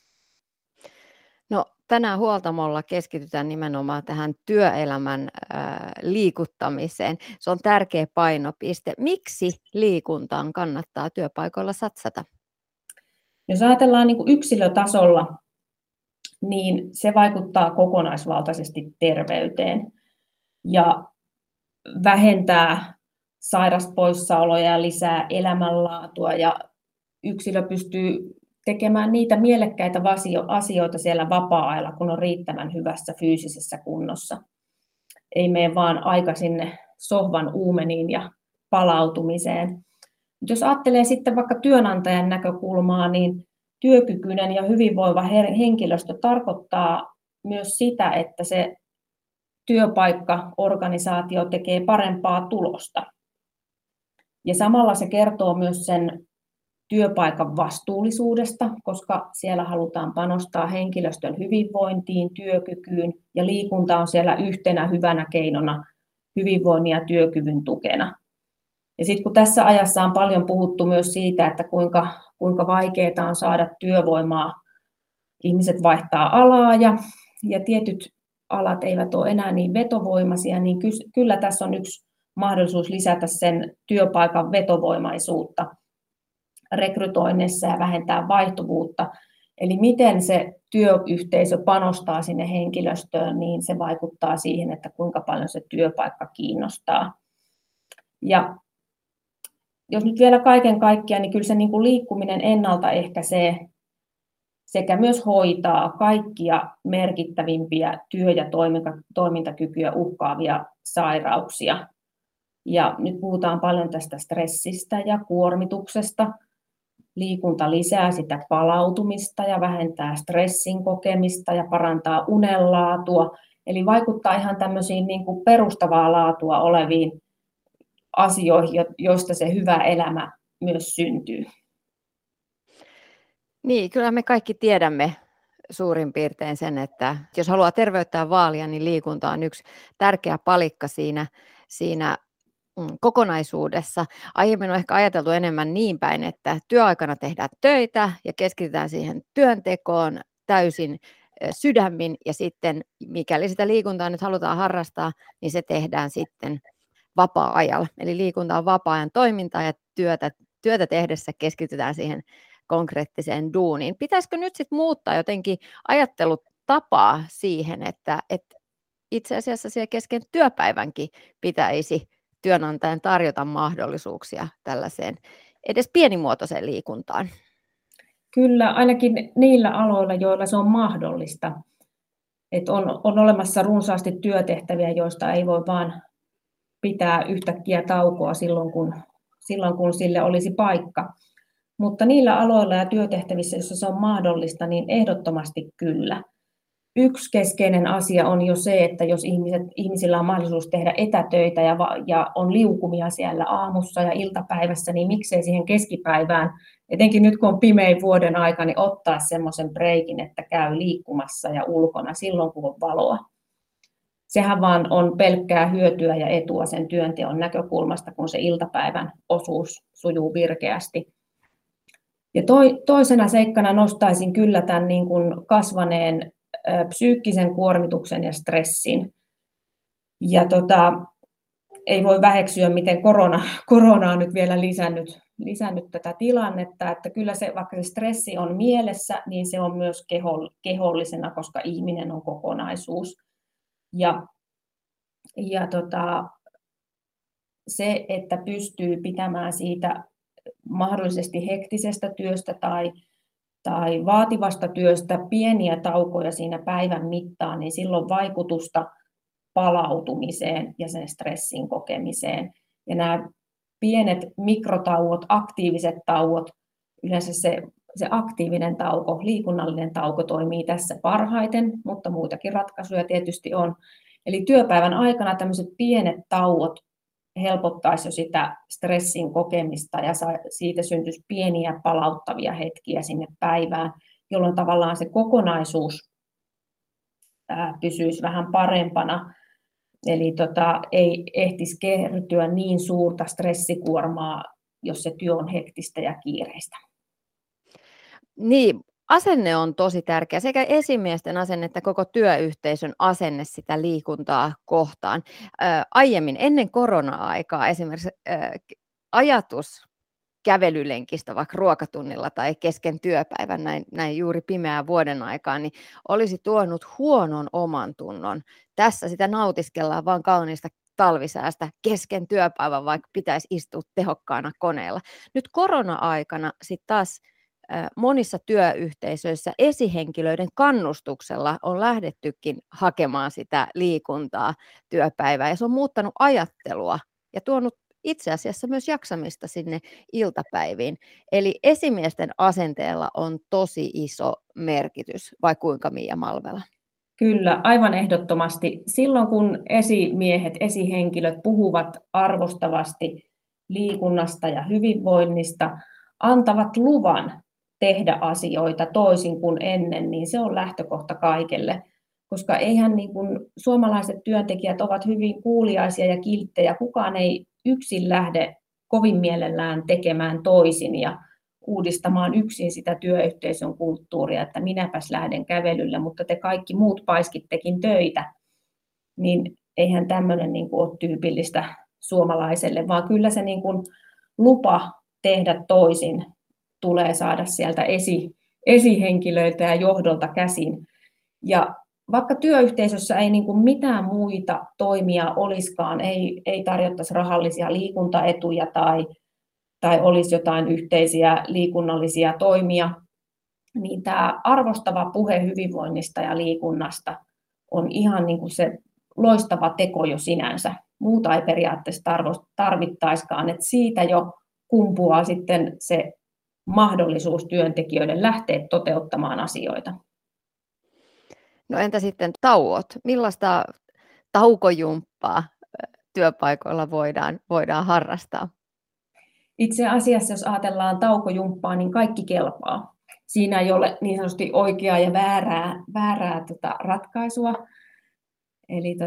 [SPEAKER 3] No, tänään Huoltamolla keskitytään nimenomaan tähän työelämän liikuttamiseen. Se on tärkeä painopiste. Miksi liikuntaan kannattaa työpaikoilla satsata?
[SPEAKER 1] Jos ajatellaan niin kuin yksilötasolla, niin se vaikuttaa kokonaisvaltaisesti terveyteen ja vähentää sairaspoissaoloja ja lisää elämänlaatua ja yksilö pystyy tekemään niitä mielekkäitä asioita siellä vapaa-ajalla, kun on riittävän hyvässä fyysisessä kunnossa. Ei mene vaan aika sinne sohvan uumeniin ja palautumiseen. Jos ajattelee sitten vaikka työnantajan näkökulmaa, niin työkykyinen ja hyvinvoiva henkilöstö tarkoittaa myös sitä, että se työpaikkaorganisaatio tekee parempaa tulosta. Ja samalla se kertoo myös sen työpaikan vastuullisuudesta, koska siellä halutaan panostaa henkilöstön hyvinvointiin, työkykyyn ja liikunta on siellä yhtenä hyvänä keinona hyvinvoinnin ja työkyvyn tukena. Ja sitten kun tässä ajassa on paljon puhuttu myös siitä, että kuinka vaikeaa on saada työvoimaa, ihmiset vaihtaa alaa ja tietyt alat eivät ole enää niin vetovoimaisia, niin kyllä tässä on yksi mahdollisuus lisätä sen työpaikan vetovoimaisuutta rekrytoinnissa ja vähentää vaihtuvuutta. Eli miten se työyhteisö panostaa sinne henkilöstöön, niin se vaikuttaa siihen, että kuinka paljon se työpaikka kiinnostaa. Ja jos nyt vielä kaiken kaikkiaan, niin kyllä se niin kuin liikkuminen ennaltaehkäisee sekä myös hoitaa kaikkia merkittävimpiä työ- ja toimintakykyä uhkaavia sairauksia. Ja nyt puhutaan paljon tästä stressistä ja kuormituksesta. Liikunta lisää sitä palautumista ja vähentää stressin kokemista ja parantaa unenlaatua. Eli vaikuttaa ihan tämmöisiin niin kuin perustavaa laatua oleviin asioihin, joista se hyvä elämä myös syntyy.
[SPEAKER 3] Niin, kyllä me kaikki tiedämme suurin piirtein sen, että jos haluaa terveyttään vaalia, niin liikunta on yksi tärkeä palikka siinä kokonaisuudessa. Aiemmin on ehkä ajateltu enemmän niin päin, että työaikana tehdään töitä ja keskitytään siihen työntekoon täysin sydämin ja sitten mikäli sitä liikuntaa nyt halutaan harrastaa, niin se tehdään sitten vapaa-ajalla. Eli liikunta on vapaa-ajan toimintaa ja työtä tehdessä keskitytään siihen konkreettiseen duuniin. Pitäisikö nyt sitten muuttaa jotenkin ajattelutapaa siihen, että itse asiassa siellä kesken työpäivänkin pitäisi työnantajan tarjota mahdollisuuksia tällaiseen edes pienimuotoiseen liikuntaan?
[SPEAKER 1] Kyllä, ainakin niillä aloilla, joilla se on mahdollista. Että on olemassa runsaasti työtehtäviä, joista ei voi vaan pitää yhtäkkiä taukoa silloin, kun sille olisi paikka. Mutta niillä aloilla ja työtehtävissä, joissa se on mahdollista, niin ehdottomasti kyllä. Yksi keskeinen asia on jo se, että jos ihmisillä on mahdollisuus tehdä etätöitä ja on liukumia siellä aamussa ja iltapäivässä, niin miksei siihen keskipäivään, etenkin nyt kun on pimein vuoden aika, niin ottaa semmoisen breikin, että käy liikkumassa ja ulkona silloin, kun on valoa. Sehän vaan on pelkkää hyötyä ja etua sen työnteon näkökulmasta, kun se iltapäivän osuus sujuu virkeästi. Ja toisena seikkana nostaisin kyllä tämän niin kuin kasvaneen psyykkisen kuormituksen ja stressin. Ja ei voi väheksyä, miten korona on nyt vielä lisännyt tätä tilannetta, että kyllä se, vaikka se stressi on mielessä, niin se on myös kehollisena, koska ihminen on kokonaisuus. Ja se, että pystyy pitämään siitä mahdollisesti hektisestä työstä tai tai vaativasta työstä pieniä taukoja siinä päivän mittaan, niin silloin vaikutusta palautumiseen ja sen stressin kokemiseen. Ja nämä pienet mikrotauot, aktiiviset tauot, yleensä se aktiivinen tauko, liikunnallinen tauko toimii tässä parhaiten, mutta muitakin ratkaisuja tietysti on. Eli työpäivän aikana tämmöiset pienet tauot helpottaisi jo sitä stressin kokemista ja siitä syntyisi pieniä palauttavia hetkiä sinne päivään, jolloin tavallaan se kokonaisuus pysyisi vähän parempana. Eli ei ehtisi kertyä niin suurta stressikuormaa, jos se työ on hektistä ja kiireistä.
[SPEAKER 3] Niin, asenne on tosi tärkeä, sekä esimiesten asenne että koko työyhteisön asenne sitä liikuntaa kohtaan. Aiemmin, ennen korona-aikaa esimerkiksi ajatus kävelylenkistä vaikka ruokatunnilla tai kesken työpäivän, näin juuri pimeää vuoden aikaa, niin olisi tuonut huonon oman tunnon. Tässä sitä nautiskellaan vaan kauniista talvisäästä kesken työpäivän, vaikka pitäisi istua tehokkaana koneella. Nyt korona-aikana sitten taas monissa työyhteisöissä esihenkilöiden kannustuksella on lähdettykin hakemaan sitä liikuntaa työpäivää, ja se on muuttanut ajattelua ja tuonut itse asiassa myös jaksamista sinne iltapäiviin. Eli esimiesten asenteella on tosi iso merkitys, vai kuinka, Mia Malvela?
[SPEAKER 1] Kyllä, aivan ehdottomasti. Silloin kun esimiehet, esihenkilöt puhuvat arvostavasti liikunnasta ja hyvinvoinnista, antavat luvan tehdä asioita toisin kuin ennen, niin se on lähtökohta kaikelle. Koska eihän niin kuin suomalaiset työntekijät ovat hyvin kuuliaisia ja kilttejä, kukaan ei yksin lähde kovin mielellään tekemään toisin ja uudistamaan yksin sitä työyhteisön kulttuuria, että minäpäs lähden kävelylle, mutta te kaikki muut paiskittekin töitä, niin eihän tämmöinen niin kuin ole tyypillistä suomalaiselle, vaan kyllä se niin kuin lupa tehdä toisin tulee saada sieltä esihenkilöiltä ja johdolta käsin. Ja vaikka työyhteisössä ei niin kuin mitään muita toimia olisikaan, ei tarjottaisi rahallisia liikuntaetuja tai olisi jotain yhteisiä liikunnallisia toimia, niin tämä arvostava puhe hyvinvoinnista ja liikunnasta on ihan niin kuin se loistava teko jo sinänsä. Muuta ei periaatteessa tarvittaisikaan, että siitä jo kumpuaa sitten se mahdollisuus työntekijöiden lähteä toteuttamaan asioita.
[SPEAKER 3] No entä sitten tauot? Millaista taukojumppaa työpaikoilla voidaan harrastaa?
[SPEAKER 1] Itse asiassa, jos ajatellaan taukojumppaa, niin kaikki kelpaa. Siinä ei ole niin sanotusti oikeaa ja väärää ratkaisua. Eli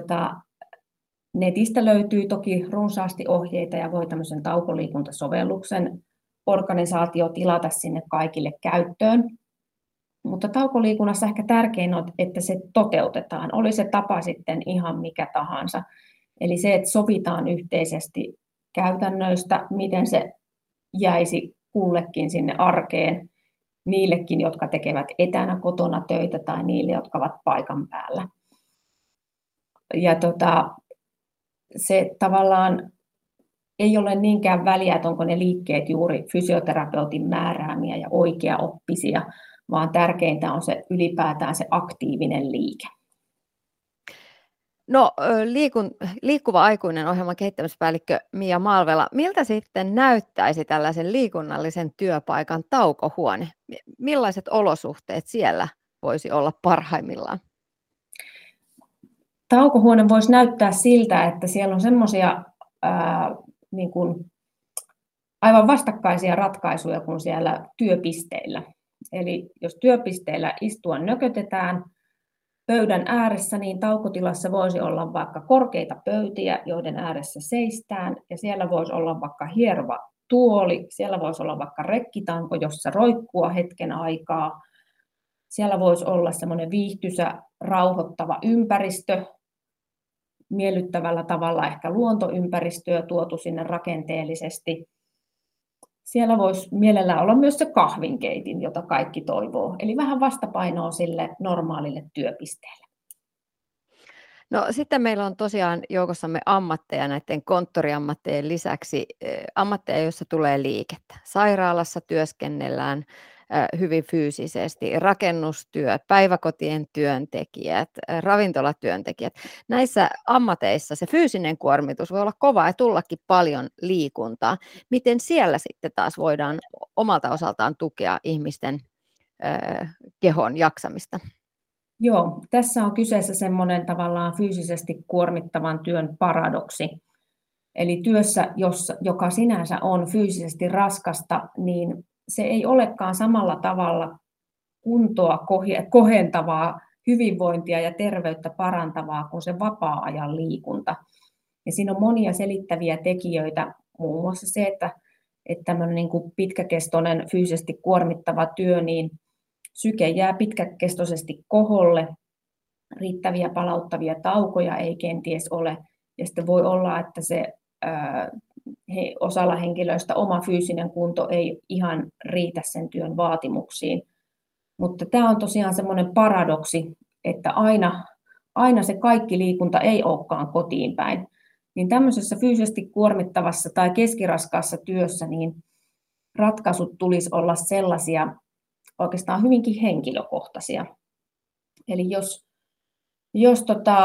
[SPEAKER 1] netistä löytyy toki runsaasti ohjeita ja voi tämmöisen taukoliikuntasovelluksen organisaatio tilata sinne kaikille käyttöön. Mutta taukoliikunnassa ehkä tärkein on, että se toteutetaan. Oli se tapa sitten ihan mikä tahansa. Eli se, että sovitaan yhteisesti käytännöistä, miten se jäisi kullekin sinne arkeen, niillekin, jotka tekevät etänä kotona töitä tai niille, jotka ovat paikan päällä. Ja se tavallaan ei ole niinkään väliä, että onko ne liikkeet juuri fysioterapeutin määräämiä ja oikeaoppisia, vaan tärkeintä on se ylipäätään se aktiivinen liike.
[SPEAKER 3] No, Liikkuva aikuinen -ohjelman kehittämispäällikkö Mia Malvela, miltä sitten näyttäisi tällaisen liikunnallisen työpaikan taukohuone? Millaiset olosuhteet siellä voisi olla parhaimmillaan?
[SPEAKER 1] Taukohuone voisi näyttää siltä, että siellä on semmoisia niin kuin aivan vastakkaisia ratkaisuja kuin siellä työpisteillä. Eli jos työpisteillä istua nökötetään pöydän ääressä, niin taukotilassa voisi olla vaikka korkeita pöytiä, joiden ääressä seistään, ja siellä voisi olla vaikka hierova tuoli, siellä voisi olla vaikka rekkitanko, jossa roikkua hetken aikaa. Siellä voisi olla semmoinen viihtyisä, rauhoittava ympäristö, miellyttävällä tavalla ehkä luontoympäristöä tuotu sinne rakenteellisesti. Siellä voisi mielellään olla myös se kahvinkeitin, jota kaikki toivoo, eli vähän vastapainoa sille normaalille työpisteelle.
[SPEAKER 3] No sitten meillä on tosiaan joukossamme ammatteja näiden konttoriammattejen lisäksi, ammatteja, joissa tulee liikettä. Sairaalassa työskennellään, hyvin fyysisesti, rakennustyöt, päiväkotien työntekijät, ravintolatyöntekijät. Näissä ammateissa se fyysinen kuormitus voi olla kova ja tullakin paljon liikuntaa. Miten siellä sitten taas voidaan omalta osaltaan tukea ihmisten kehon jaksamista?
[SPEAKER 1] Joo, tässä on kyseessä semmoinen tavallaan fyysisesti kuormittavan työn paradoksi. Eli työssä, joka sinänsä on fyysisesti raskasta, niin se ei olekaan samalla tavalla kuntoa kohentavaa, hyvinvointia ja terveyttä parantavaa kuin se vapaa-ajan liikunta. Ja siinä on monia selittäviä tekijöitä, muun muassa se, että tämmöinen niin kuin pitkäkestoinen fyysisesti kuormittava työ, niin syke jää pitkäkestoisesti koholle, riittäviä palauttavia taukoja ei kenties ole, ja sitten voi olla, että se osalla henkilöistä oma fyysinen kunto ei ihan riitä sen työn vaatimuksiin. Mutta tämä on tosiaan semmoinen paradoksi, että aina se kaikki liikunta ei olekaan kotiin päin. Niin tämmöisessä fyysisesti kuormittavassa tai keskiraskaassa työssä niin ratkaisut tulisi olla sellaisia oikeastaan hyvinkin henkilökohtaisia. Eli jos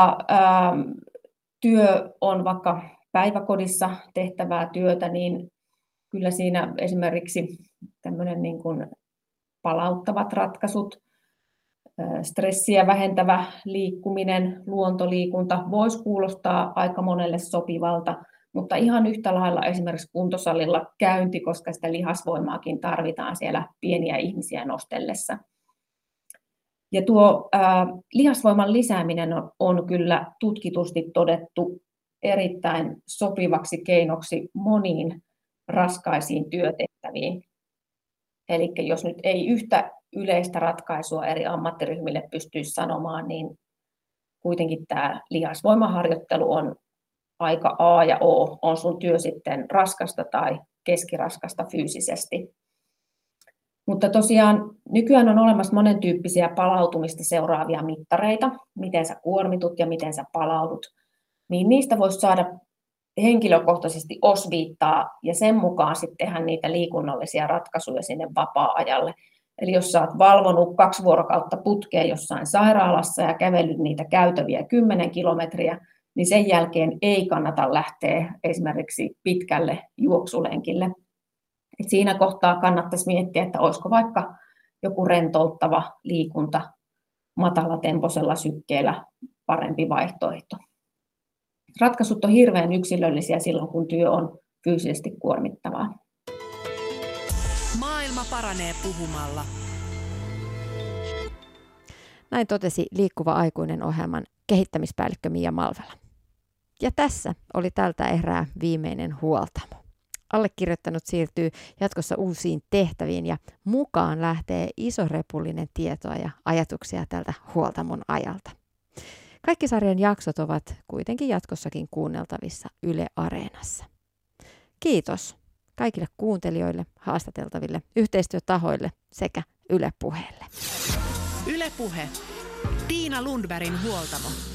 [SPEAKER 1] työ on vaikka päiväkodissa tehtävää työtä, niin kyllä siinä esimerkiksi tämmöinen niin kuin palauttavat ratkaisut, stressiä vähentävä liikkuminen, luontoliikunta voisi kuulostaa aika monelle sopivalta, mutta ihan yhtä lailla esimerkiksi kuntosalilla käynti, koska sitä lihasvoimaakin tarvitaan siellä pieniä ihmisiä nostellessa. Ja tuo lihasvoiman lisääminen on kyllä tutkitusti todettu erittäin sopivaksi keinoksi moniin raskaisiin työtehtäviin. Eli jos nyt ei yhtä yleistä ratkaisua eri ammattiryhmille pystyisi sanomaan, niin kuitenkin tämä lihasvoimaharjoittelu on aika A ja O, on sun työ sitten raskasta tai keskiraskasta fyysisesti. Mutta tosiaan nykyään on olemassa monen tyyppisiä palautumista seuraavia mittareita, miten sä kuormitut ja miten sä palaudut. Niin niistä voisi saada henkilökohtaisesti osviittaa ja sen mukaan sitten tehdä niitä liikunnallisia ratkaisuja sinne vapaa-ajalle. Eli jos sä oot valvonut 2 vuorokautta putkeen jossain sairaalassa ja kävellyt niitä käytäviä 10 kilometriä, niin sen jälkeen ei kannata lähteä esimerkiksi pitkälle juoksulenkille. Et siinä kohtaa kannattaisi miettiä, että olisiko vaikka joku rentouttava liikunta matalatempoisella sykkeellä parempi vaihtoehto. Ratkaisut on hirveän yksilöllisiä silloin, kun työ on fyysisesti kuormittavaa.
[SPEAKER 2] Maailma paranee puhumalla.
[SPEAKER 3] Näin totesi Liikkuva aikuinen -ohjelman kehittämispäällikkö Mia Malvela. Ja tässä oli tältä erää viimeinen huoltamo. Allekirjoittanut siirtyy jatkossa uusiin tehtäviin ja mukaan lähtee isorepullinen tietoa ja ajatuksia tältä huoltamon ajalta. Kaikki sarjan jaksot ovat kuitenkin jatkossakin kuunneltavissa Yle Areenassa. Kiitos kaikille kuuntelijoille, haastateltaville, yhteistyötahoille sekä Yle Puheelle.
[SPEAKER 2] Yle Puhe. Tiina Lundbergin huoltamo.